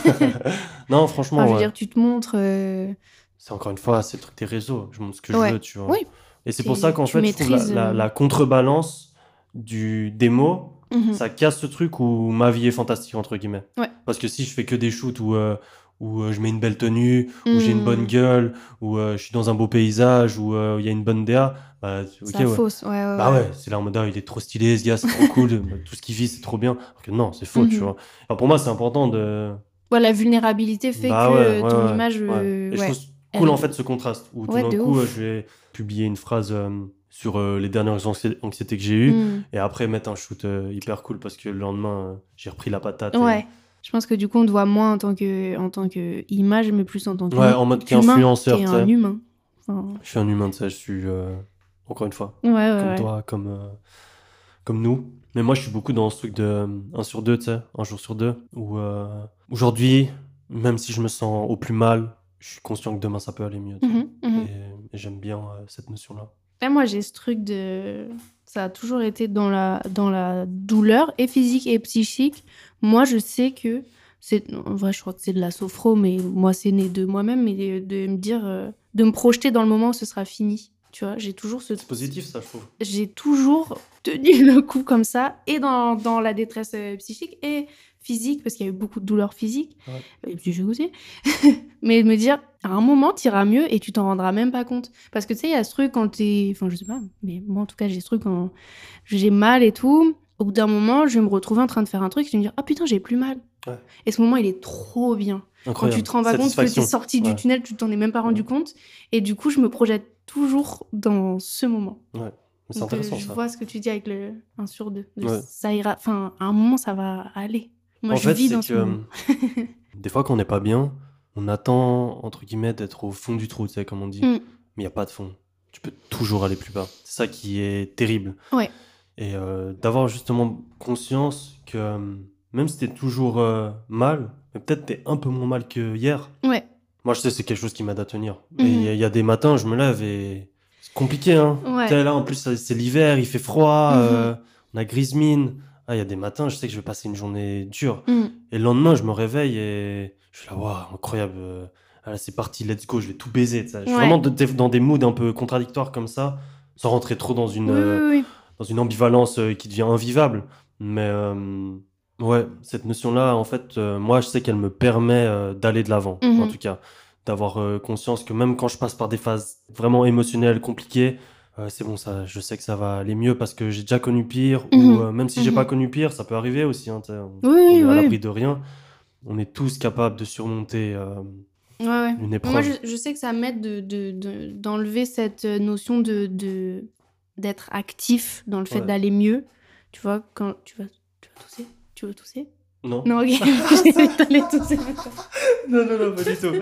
Non, franchement, Enfin, je veux ouais. dire, tu te montres. euh, C'est encore une fois, c'est le truc des réseaux. Je montre ce que Ouais. je veux, tu vois. Oui. Et c'est T'es- pour ça qu'en tu fait, je trouve la, maîtrises, la, euh, la contrebalance du, des mots, mhm. ça casse ce truc où ma vie est fantastique, entre guillemets. Ouais. Parce que si je fais que des shoots où, euh, où euh, je mets une belle tenue, où j'ai une Hmm. bonne gueule, où euh, je suis dans un beau paysage, où euh, il y a une bonne D A, bah, ok, Ça ouais. fausse, ouais, ouais. Bah ouais. ouais, c'est là en mode, ah, il est trop stylé, ce gars, c'est trop cool, bah, tout ce qu'il vit, c'est trop bien. Alors que non, c'est faux, tu Mhm. vois. Enfin, pour moi, c'est important de... Ouais, la vulnérabilité fait Bah que ouais, euh, ouais, ton ouais, image. ouais. euh, Et je ouais. trouve cool Elle- en fait ce contraste où tout Ouais, d'un de coup ouf. euh, je vais publier une phrase euh, sur euh, les dernières anxi- anxiétés que j'ai eues Hmm. et après mettre un shoot euh, hyper cool parce que le lendemain euh, j'ai repris la patate. et- Ouais. Je pense que du coup, on te voit moins en tant que, en tant que image, mais plus en tant que Ouais, en mode humain. qu'influenceur, T'es tu un sais. humain. Enfin, Je suis un humain, tu sais, je suis euh, encore une fois ouais, ouais, comme ouais. toi, comme, euh, comme nous. Mais moi je suis beaucoup dans ce truc de euh, un sur deux, tu sais, un jour sur deux où euh, aujourd'hui, même si je me sens au plus mal, je suis conscient que demain ça peut aller mieux. tu vois. Mhm, mhm. Et, et j'aime bien euh, cette notion-là. Là, moi, j'ai ce truc de... Ça a toujours été dans la, dans la douleur, et physique et psychique. Moi, je sais que... c'est En vrai, je crois que c'est de la sophro, mais moi, c'est né de moi-même, mais de, de me dire... euh, de me projeter dans le moment où ce sera fini. Tu vois, j'ai toujours ce... C'est positif ça, je trouve. J'ai toujours tenu le coup comme ça, et dans, dans la détresse euh, psychique et physique, parce qu'il y a eu beaucoup de douleurs physiques, Ouais. et psychiques aussi. Mais de me dire, à un moment, t'iras mieux et tu t'en rendras même pas compte. Parce que tu sais, il y a ce truc quand t'es... Enfin, je sais pas, mais moi, en tout cas, j'ai ce truc quand j'ai mal et tout. Au bout d'un moment, je vais me retrouver en train de faire un truc et je vais me dire, ah putain, j'ai plus mal. Ouais. Et ce moment, il est trop bien. Quand Incroyable. tu te rends pas compte que Satisfaction. t'es sorti Ouais. du tunnel, tu t'en es même pas rendu Ouais. compte. Et du coup, je me projette toujours dans ce moment. Ouais. Mais c'est Donc, euh, intéressant je ça. vois ce que tu dis avec le un sur deux. De Ouais. Ça ira. Enfin, à un moment, ça va aller. Moi, En je fait, vis c'est dans que ce moment. euh, des fois, quand on n'est pas bien, on attend, entre guillemets, d'être au fond du trou, tu sais, comme on dit. Mm. Mais il n'y a pas de fond. Tu peux toujours aller plus bas. C'est ça qui est terrible. Ouais. Et euh, d'avoir justement conscience que euh, même si t'es toujours euh, mal, mais peut-être t'es un peu moins mal que hier. Ouais. Moi, je sais, c'est quelque chose qui m'aide à tenir. Et Mhm. il y, a- il y a des matins, je me lève et c'est compliqué, hein. Ouais. Tu sais, là, en plus, c'est c'est l'hiver, il fait froid, Mhm. euh, on a grise mine. Ah, il y a des matins, je sais que je vais passer une journée dure. Mm. Et le lendemain, je me réveille et je suis là, waouh, incroyable. euh, ah, là, c'est parti, let's go, je vais tout baiser. tu sais. Je suis Ouais. vraiment de- de- dans des moods un peu contradictoires comme ça, sans rentrer trop dans une, Oui, euh, oui, oui. dans une ambivalence euh, qui devient invivable. Mais euh, ouais, cette notion-là, en fait, euh, moi, je sais qu'elle me permet euh, d'aller de l'avant, Mhm. en tout cas. D'avoir euh, conscience que même quand je passe par des phases vraiment émotionnelles, compliquées, euh, c'est bon, ça, je sais que ça va aller mieux parce que j'ai déjà connu pire. Mhm. Ou euh, même si j'ai Mhm. pas connu pire, ça peut arriver aussi. Hein, tu sais, on, Oui, on est à oui. l'abri de rien. On est tous capables de surmonter euh, Ouais, ouais. une épreuve. Moi, je, je sais que ça m'aide de, de, de- d'enlever cette notion de, de, d'être actif dans le fait Ouais. d'aller mieux. Tu vois, quand tu vas, tu vas tousser Tu veux tousser Non. Non, ok. J'ai vu que t'allais tousser. non, non, non, pas du tout.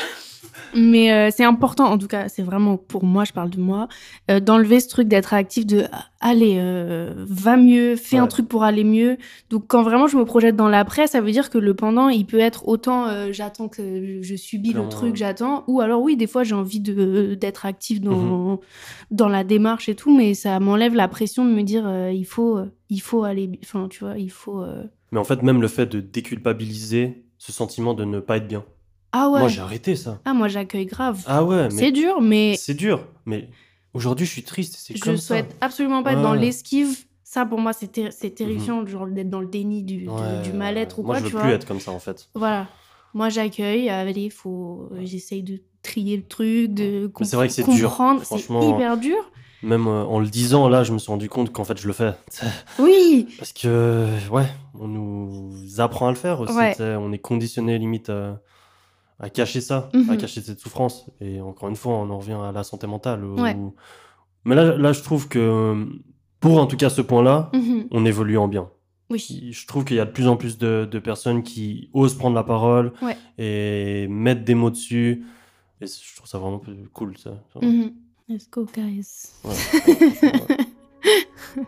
Mais euh, c'est important, en tout cas, c'est vraiment pour moi, je parle de moi, euh, d'enlever ce truc d'être actif, de ah, allez, euh, va mieux, fais un Ouais. truc pour aller mieux. Donc quand vraiment je me projette dans l'après, ça veut dire que le pendant, il peut être autant euh, j'attends que je subis Clairement, le truc, ouais. j'attends, ou alors oui, des fois j'ai envie de, d'être actif dans, dans la démarche et tout, mais ça m'enlève la pression de me dire euh, il, faut, euh, il faut aller, enfin tu vois, il faut... euh, Mais en fait, même le fait de déculpabiliser ce sentiment de ne pas être bien. Ah ouais, Moi, j'ai arrêté ça. ah moi j'accueille grave. Ah ouais, mais C'est dur, mais c'est dur. Mais aujourd'hui, je suis triste. C'est je comme ça. souhaite absolument pas être Ouais. dans l'esquive. Ça, pour moi, c'est, ter- c'est terrifiant, genre d'être dans le déni du, du- Ouais, du mal-être ou moi, quoi, je tu veux vois. plus être comme ça, en fait. Voilà. Moi, j'accueille. Allez, faut... j'essaye de trier le truc, de Mais comp- c'est vrai que c'est dur. comprendre. Franchement, C'est hyper dur. même euh, en le disant, là, je me suis rendu compte qu'en fait, je le fais. Oui. Parce que, ouais, on nous apprend à le faire aussi. Ouais. tu sais, On est conditionné limite à, à cacher ça, Mhm. à cacher cette souffrance. Et encore une fois, on en revient à la santé mentale. où- Ouais. Mais là, là, je trouve que, pour en tout cas ce point-là, Mhm. on évolue en bien. Oui. Je trouve qu'il y a de plus en plus de, de personnes qui osent prendre la parole Ouais. et mettre des mots dessus. Et c- je trouve ça vraiment plus cool, ça. ça. Mhm. Let's go, guys. Ouais, ouais, franchement, ouais.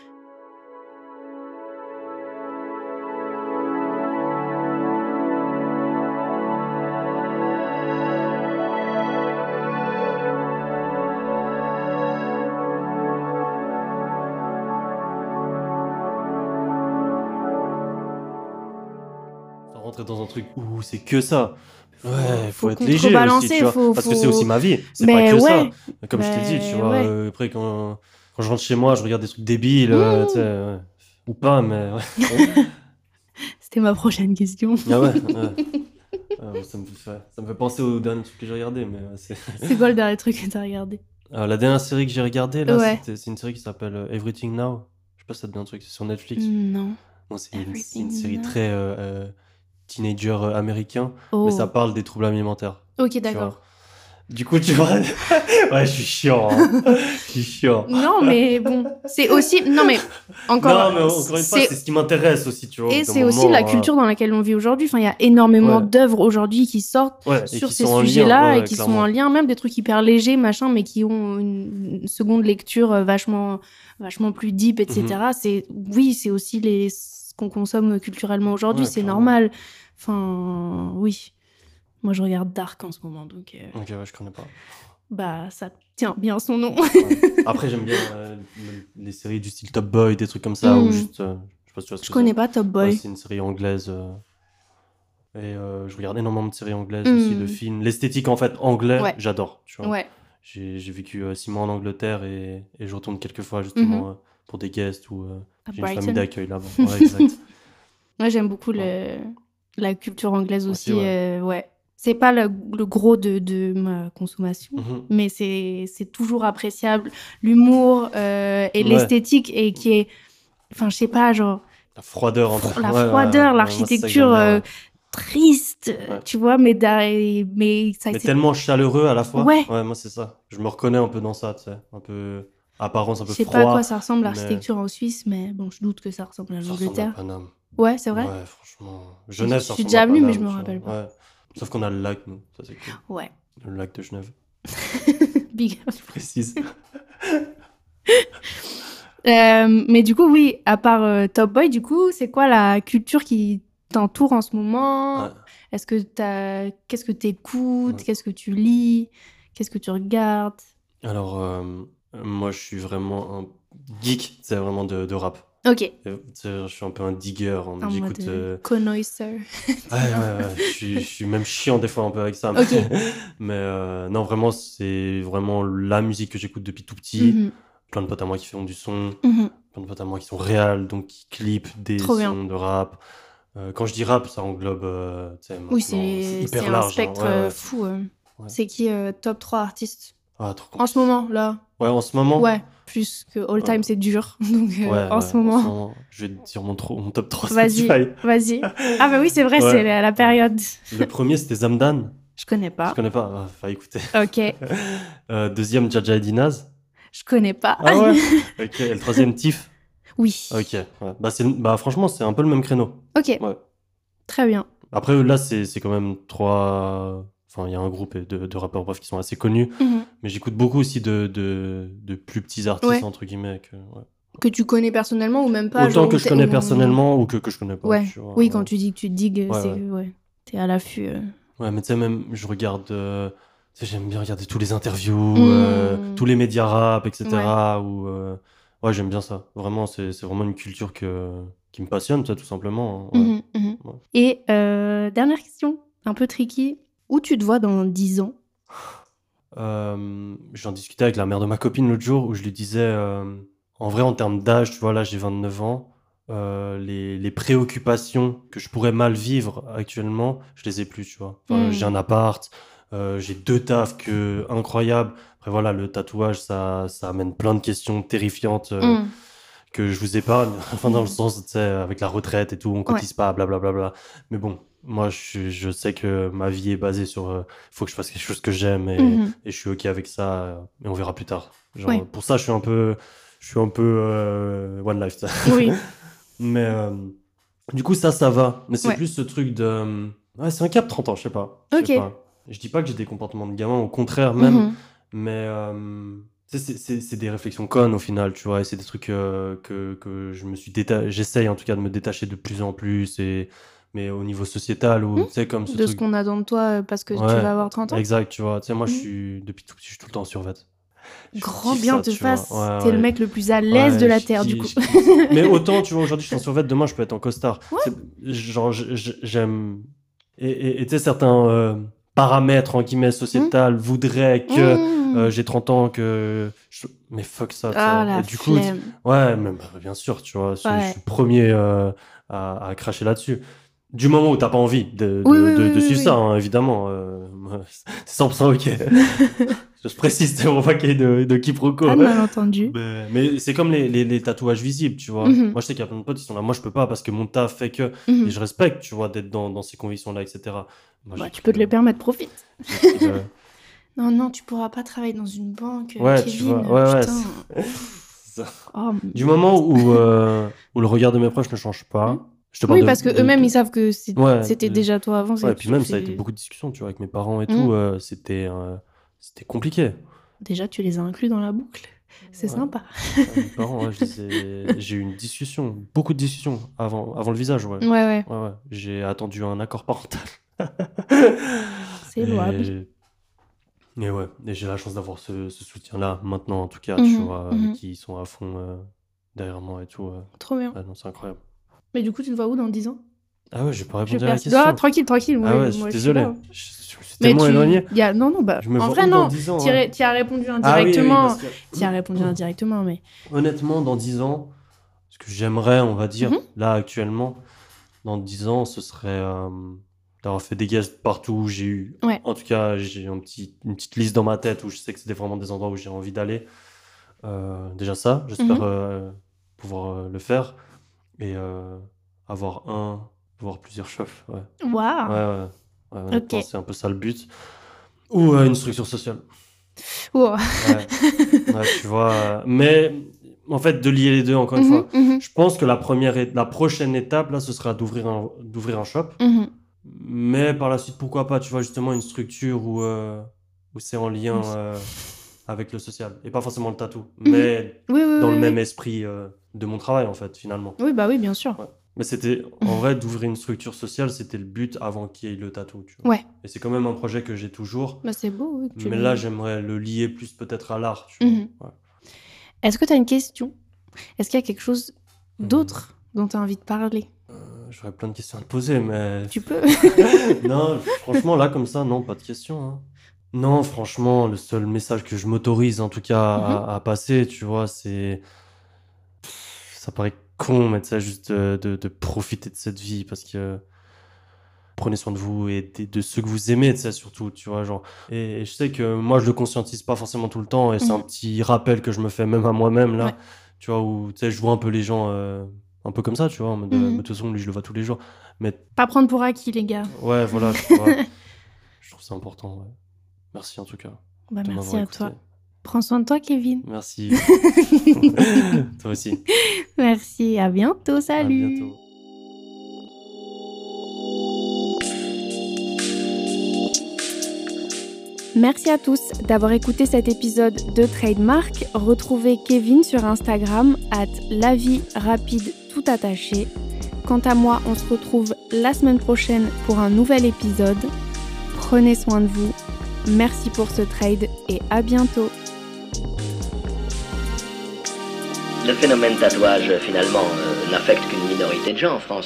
Sans rentrer dans un truc où c'est que ça. Ouais, faut, faut être léger aussi, contrebalancer, tu vois. faut- Parce que faut- c'est aussi ma vie. C'est Mais pas que ouais. ça. Comme je t'ai dit, tu Mais vois. ouais. euh, après, quand, quand je rentre chez moi, je regarde des trucs débiles, euh, Mmh. tu sais, ouais. Ou pas, mais ouais. C'était ma prochaine question. Ah ouais, ouais. Ah, ça, me fait, ça me fait penser au dernier truc que j'ai regardé, mais ouais, c'est... C'est quoi le dernier truc que t'as regardé? Ah, la dernière série que j'ai regardée, là, Ouais. c'était- c'est une série qui s'appelle euh, Everything Now. Je sais pas si ça te dit un truc, c'est sur Netflix. Non. Non, c'est une, c'est Everything une série Now. très euh, euh, teenager euh, américain, Oh. mais ça parle des troubles alimentaires. Ok, tu d'accord. vois. Du coup, tu vois... ouais, je suis chiant, hein. Je suis chiant. Non, mais bon, c'est aussi. Non, mais encore. non, mais encore une fois, c'est- c'est ce qui m'intéresse aussi, tu vois. Et au bout d'un c'est aussi moment, la euh, culture dans laquelle on vit aujourd'hui. Enfin, il y a énormément Ouais. d'œuvres aujourd'hui qui sortent ouais, et sur qui ces sont en lien, sujets-là ouais, et ouais, qui sont clairement. en lien, même des trucs hyper légers, machin, mais qui ont une, une seconde lecture euh, vachement, vachement plus deep, et cetera. C'est oui, c'est aussi les ce qu'on consomme culturellement aujourd'hui, Ouais, c'est clairement. normal. Enfin, oui. Moi, je regarde Dark en ce moment, donc euh, Ok, ouais, je connais pas. bah ça tient bien son nom. Ouais. Après, j'aime bien euh, les séries du style Top Boy, des trucs comme ça, Mm. ou juste... euh, je sais pas si tu vois ce Je que connais c'est. pas Top Ouais, Boy. c'est une série anglaise. euh, Et euh, je regarde énormément de séries anglaises Mm. aussi, de films. L'esthétique, en fait, anglais, Ouais. j'adore, tu vois. Ouais. J'ai j'ai vécu euh, six mois en Angleterre et, et je retourne quelques fois, justement, Mhm. euh, pour des guests ou... euh, À j'ai une famille Brighton. d'accueil là-bas. Ouais, exact. Moi, j'aime beaucoup le... la culture anglaise aussi. Aussi, euh, ouais. C'est pas le, le gros de, de ma consommation, Mhm. mais c'est c'est toujours appréciable. L'humour euh, et Ouais. l'esthétique, et qui est. Enfin, je sais pas, genre. La froideur, en fait. La Ouais, ouais, froideur, ouais, moi, c'est ça que l'architecture j'aime bien, euh, ouais. triste, Ouais. tu vois, mais, derrière- mais ça Mais c'est- tellement chaleureux à la fois. Ouais. moi, c'est ça. Je me reconnais un peu dans ça, tu sais. Un peu... Apparence un Je peu sais froid. pas à quoi ça ressemble mais- l'architecture en Suisse, mais bon, je doute que ça ressemble à Ça ressemble à l'Angleterre. Paname. Ouais, c'est vrai. Ouais, franchement. Genève, Je ça suis ressemble déjà à venue, mais Paname, je me tu vois. rappelle pas. Ouais. Sauf qu'on a le lac, nous. Ça, c'est cool. Ouais. Le lac de Genève, Big. je précise. Euh, mais du coup, oui, à part euh, Top Boy, du coup, c'est quoi la culture qui t'entoure en ce moment? Ouais. Est-ce que t'as... Qu'est-ce que t'écoutes? Ouais. Qu'est-ce que tu lis? Qu'est-ce que tu regardes? Alors, euh, moi, je suis vraiment un geek, c'est vraiment de, de rap. Ok. Et, tu sais, je suis un peu un digger. hein. En J'écoute. mode euh, euh, connoisseur. Ouais, ouais, ouais. Je suis, je suis même chiant des fois un peu avec ça. Mais, Ok. mais, euh, non, vraiment, c'est vraiment la musique que j'écoute depuis tout petit. Mhm, Plein de potes à moi qui font du son. mhm. Plein de potes à moi qui sont réels, donc qui clippent des Trop bien. sons de rap. Euh, quand je dis rap, ça englobe. euh, tu sais, Oui, maintenant, c'est hyper c'est un large. hein. spectre Ouais, ouais. euh, fou. euh. Ouais. C'est qui euh, top trois artistes? Ah, trop En ce moment, là? Ouais, en ce moment. Ouais. Plus que all time, Ouais. c'est dur. Donc, euh, Ouais, en ouais, ce moment. je vais te dire mon, tro- mon top trois Vas-y, Spotify. vas-y. Ah bah oui, c'est vrai, Ouais. c'est la, la période. Le premier, c'était Zamdan. Je connais Je pas. connais pas. Ah, enfin, écoutez. Ok, Euh, deuxième, Jaja et Dinaz. je connais pas. Ah ouais. Ok. Et le troisième, Tiff. Oui. Ok. Ouais. Bah, c'est, bah, franchement, c'est un peu le même créneau. Ok, Ouais. très bien. Après, là, c'est, c'est quand même trois. Enfin, il y a un groupe de, de rappeurs, bref, qui sont assez connus. Mhm. Mais j'écoute beaucoup aussi de, de, de plus petits artistes, Ouais. entre guillemets. Que, ouais. Que tu connais personnellement ou même pas? Autant genre, que où je t'es- connais où- personnellement ou que, que je connais pas. Ouais, tu vois, oui, ouais. quand tu dis que tu digues, Ouais, c'est ouais. que ouais, t'es à l'affût. euh. Ouais, mais tu sais, même, je regarde. euh, tu sais, j'aime bien regarder tous les interviews, Mm. euh, tous les médias rap, et cetera. Ou, euh, ouais, j'aime bien ça. Vraiment, c'est, c'est vraiment une culture que, qui me passionne, tu sais, tout simplement. hein. Ouais. Mhm, mhm. Ouais. Et euh, dernière question, un peu tricky. Où tu te vois dans dix ans? Euh, j'en discutais avec la mère de ma copine l'autre jour où je lui disais, euh, en vrai, en termes d'âge, tu vois, là, j'ai vingt-neuf ans. Euh, les, les préoccupations que je pourrais mal vivre actuellement, je les ai plus, tu vois. Enfin, Mm. J'ai un appart, euh, j'ai deux tafs que, incroyables. Après, voilà, le tatouage, ça, ça amène plein de questions terrifiantes euh, Mm. que je vous épargne. Enfin, dans le sens, tu sais, avec la retraite et tout, on cotise pas, blablabla. Bla, bla. Mais bon, moi, je, je sais que ma vie est basée sur... Il euh, faut que je fasse quelque chose que j'aime et, Mhm. et je suis OK avec ça. euh, et on verra plus tard. Genre, Ouais. Pour ça, je suis un peu... Je suis un peu euh, one life, ça. Oui. Mais euh, du coup, ça, ça va. Mais c'est Ouais. plus ce truc de... euh, Ouais, c'est un cap trente ans, je sais pas. Je Ok. sais pas. Je dis pas que j'ai des comportements de gamin, au contraire même. Mhm. Mais euh, tu sais, c'est- c'est c'est des réflexions connes au final, tu vois. Et c'est des trucs euh, que, que je me suis détaché... J'essaye en tout cas de me détacher de plus en plus. Et... Mais au niveau sociétal, ou tu sais, comme ce De ce truc... qu'on attend de toi euh, parce que tu Ouais, vas avoir trente ans. exact, tu vois. Tu sais, moi, je Mhm. suis... Depuis tout petit, je suis tout le temps en survêt. Je Grand kiffe bien ça, te tu vois. fasse. Ouais, T'es le ouais. mec le plus à l'aise Ouais, de la je Terre, kiffe, du coup. je kiffe. Mais autant, tu vois, aujourd'hui, je suis en survêt, demain, je peux être en costard. C'est- Genre, je- je- j'aime... Et et- et tu sais, certains euh, paramètres, en guillemets, sociétal voudraient que Mmh. euh, j'ai trente ans, que... je- Mais fuck ça, tu sais. Ah, la Et du coup, flemme. ouais, mais, bah, bien sûr, tu vois, je, Ouais. je suis le premier euh, à, à cracher là-dessus. Du moment où t'as pas envie de, de, Oui, oui, de, oui, de oui, suivre oui. ça, hein, évidemment. euh, c'est cent pour cent OK. Je précise, c'est pour pas qu'il y ait de, de quiproquo. Pas de malentendu. Mais, mais c'est comme les, les, les tatouages visibles, tu vois. Mhm. Moi, je sais qu'il y a plein de potes qui sont là. Moi, je peux pas parce que mon taf fait que. Mhm. Et je respecte, tu vois, d'être dans, dans ces convictions-là, et cetera. Moi, Bah, j'ai tu pris peux te le- le permettre, profite. j'ai pris le- Non, non, tu pourras pas travailler dans une banque, euh, Ouais, tu Kevin. vois, ouais, ouais, putain. c'est ça. Oh, Du moment où, euh, où le regard de mes proches ne change pas. Je te parle oui, de- parce que de- eux-mêmes, de- ils savent que c'est- Ouais, c'était de- déjà toi avant. Ouais, c'est- et puis même, ça a c'est- été beaucoup de discussions, tu vois, avec mes parents et Mhm. tout. euh, c'était, euh, c'était compliqué. Déjà, tu les as inclus dans la boucle. C'est Ouais. sympa. Ouais, mes parents, ouais, je les ai- j'ai eu une discussion, beaucoup de discussions avant, avant le visage, ouais. Ouais, ouais. Ouais, ouais. J'ai attendu un accord parental. C'est Et- louable. Et ouais, et j'ai la chance d'avoir ce, ce soutien-là maintenant, en tout cas, tu Mhm, vois, mhm. qui sont à fond euh, derrière moi et tout. euh. Trop bien. Ouais, non, c'est incroyable. Mais du coup, tu te vois où dans dix ans? Ah ouais, j'ai pas Je répondu à la perce- question. Ah, tranquille, tranquille. Ah moi- ouais, je moi, suis suis désolé. là. Je, je suis Mais tellement tu- éloigné. y a... Non, non, bah, Je me en vois vrai, où dans non. dix ans, Tu hein. as répondu Ah oui, oui, indirectement. parce que- Tu as répondu indirectement, mais. Honnêtement, dans dix ans, ce que j'aimerais, on va dire, Mhm. là actuellement, dans dix ans, ce serait euh, d'avoir fait des guests partout où j'ai eu. Ouais. En tout cas, j'ai un petit, une petite liste dans ma tête où je sais que c'était vraiment des endroits où j'ai envie d'aller. Euh, déjà ça, j'espère Mhm. euh, pouvoir euh, le faire. Et euh, avoir un, voire plusieurs chefs. Ouais, Waouh! ouais, ouais. Ouais, honnêtement, Ok. c'est un peu ça le but. Ou euh, une structure sociale. Wow. Ouais. Ouais, tu vois. euh, Mais en fait, de lier les deux, encore une Mhm, fois. mhm, Je pense que la première, é- la prochaine étape, là, ce sera d'ouvrir un, d'ouvrir un shop. mhm. Mais par la suite, pourquoi pas, tu vois, justement, une structure où, euh, où c'est en lien Oui. euh, avec le social. Et pas forcément le tatou, Mhm. mais Oui, oui, dans oui, le oui. même esprit euh, de mon travail, en fait, finalement. Oui, bah oui, bien sûr. Ouais. Mais c'était, en vrai, d'ouvrir une structure sociale, c'était le but avant qu'il y ait le tatou, tu vois. Ouais. Et c'est quand même un projet que j'ai toujours. Bah, c'est beau, oui. que tu Mais l'aies. là, j'aimerais le lier plus peut-être à l'art, tu vois. Mhm. Ouais. Est-ce que tu as une question? Est-ce qu'il y a quelque chose Mhm. d'autre dont tu as envie de parler? Euh, J'aurais plein de questions à te poser, mais... Tu peux. Non, franchement, là, comme ça, non, pas de questions. hein. Non, franchement, le seul message que je m'autorise, en tout cas, à, à passer, tu vois, c'est... Pff, Ça paraît con, mais tu sais, juste de, de- de profiter de cette vie, parce que... Prenez soin de vous et de, de ceux que vous aimez, tu sais, surtout, tu vois, genre... Et, et je sais que moi, je le conscientise pas forcément tout le temps, et c'est un Mhm. petit rappel que je me fais même à moi-même, là, Ouais. tu vois, où, tu sais, je vois un peu les gens... euh, un peu comme ça, tu vois, en mode, euh, Mhm. mais de toute façon, lui, je le vois tous les jours. Mais Pas prendre pour acquis, les gars. ouais, voilà, tu vois. Je trouve ça important, ouais. Merci en tout cas Bah, de merci m'avoir à écouté. toi. Prends soin de toi, Kevin. Merci. Toi aussi. Merci, à bientôt, À salut. bientôt. Merci à tous d'avoir écouté cet épisode de Trademark. Retrouvez Kevin sur Instagram at la vie rapide tout attaché. Quant à moi, on se retrouve la semaine prochaine pour un nouvel épisode. Prenez soin de vous. Merci pour ce trade et à bientôt. Le phénomène tatouage, finalement, euh, n'affecte qu'une minorité de gens en France, non ?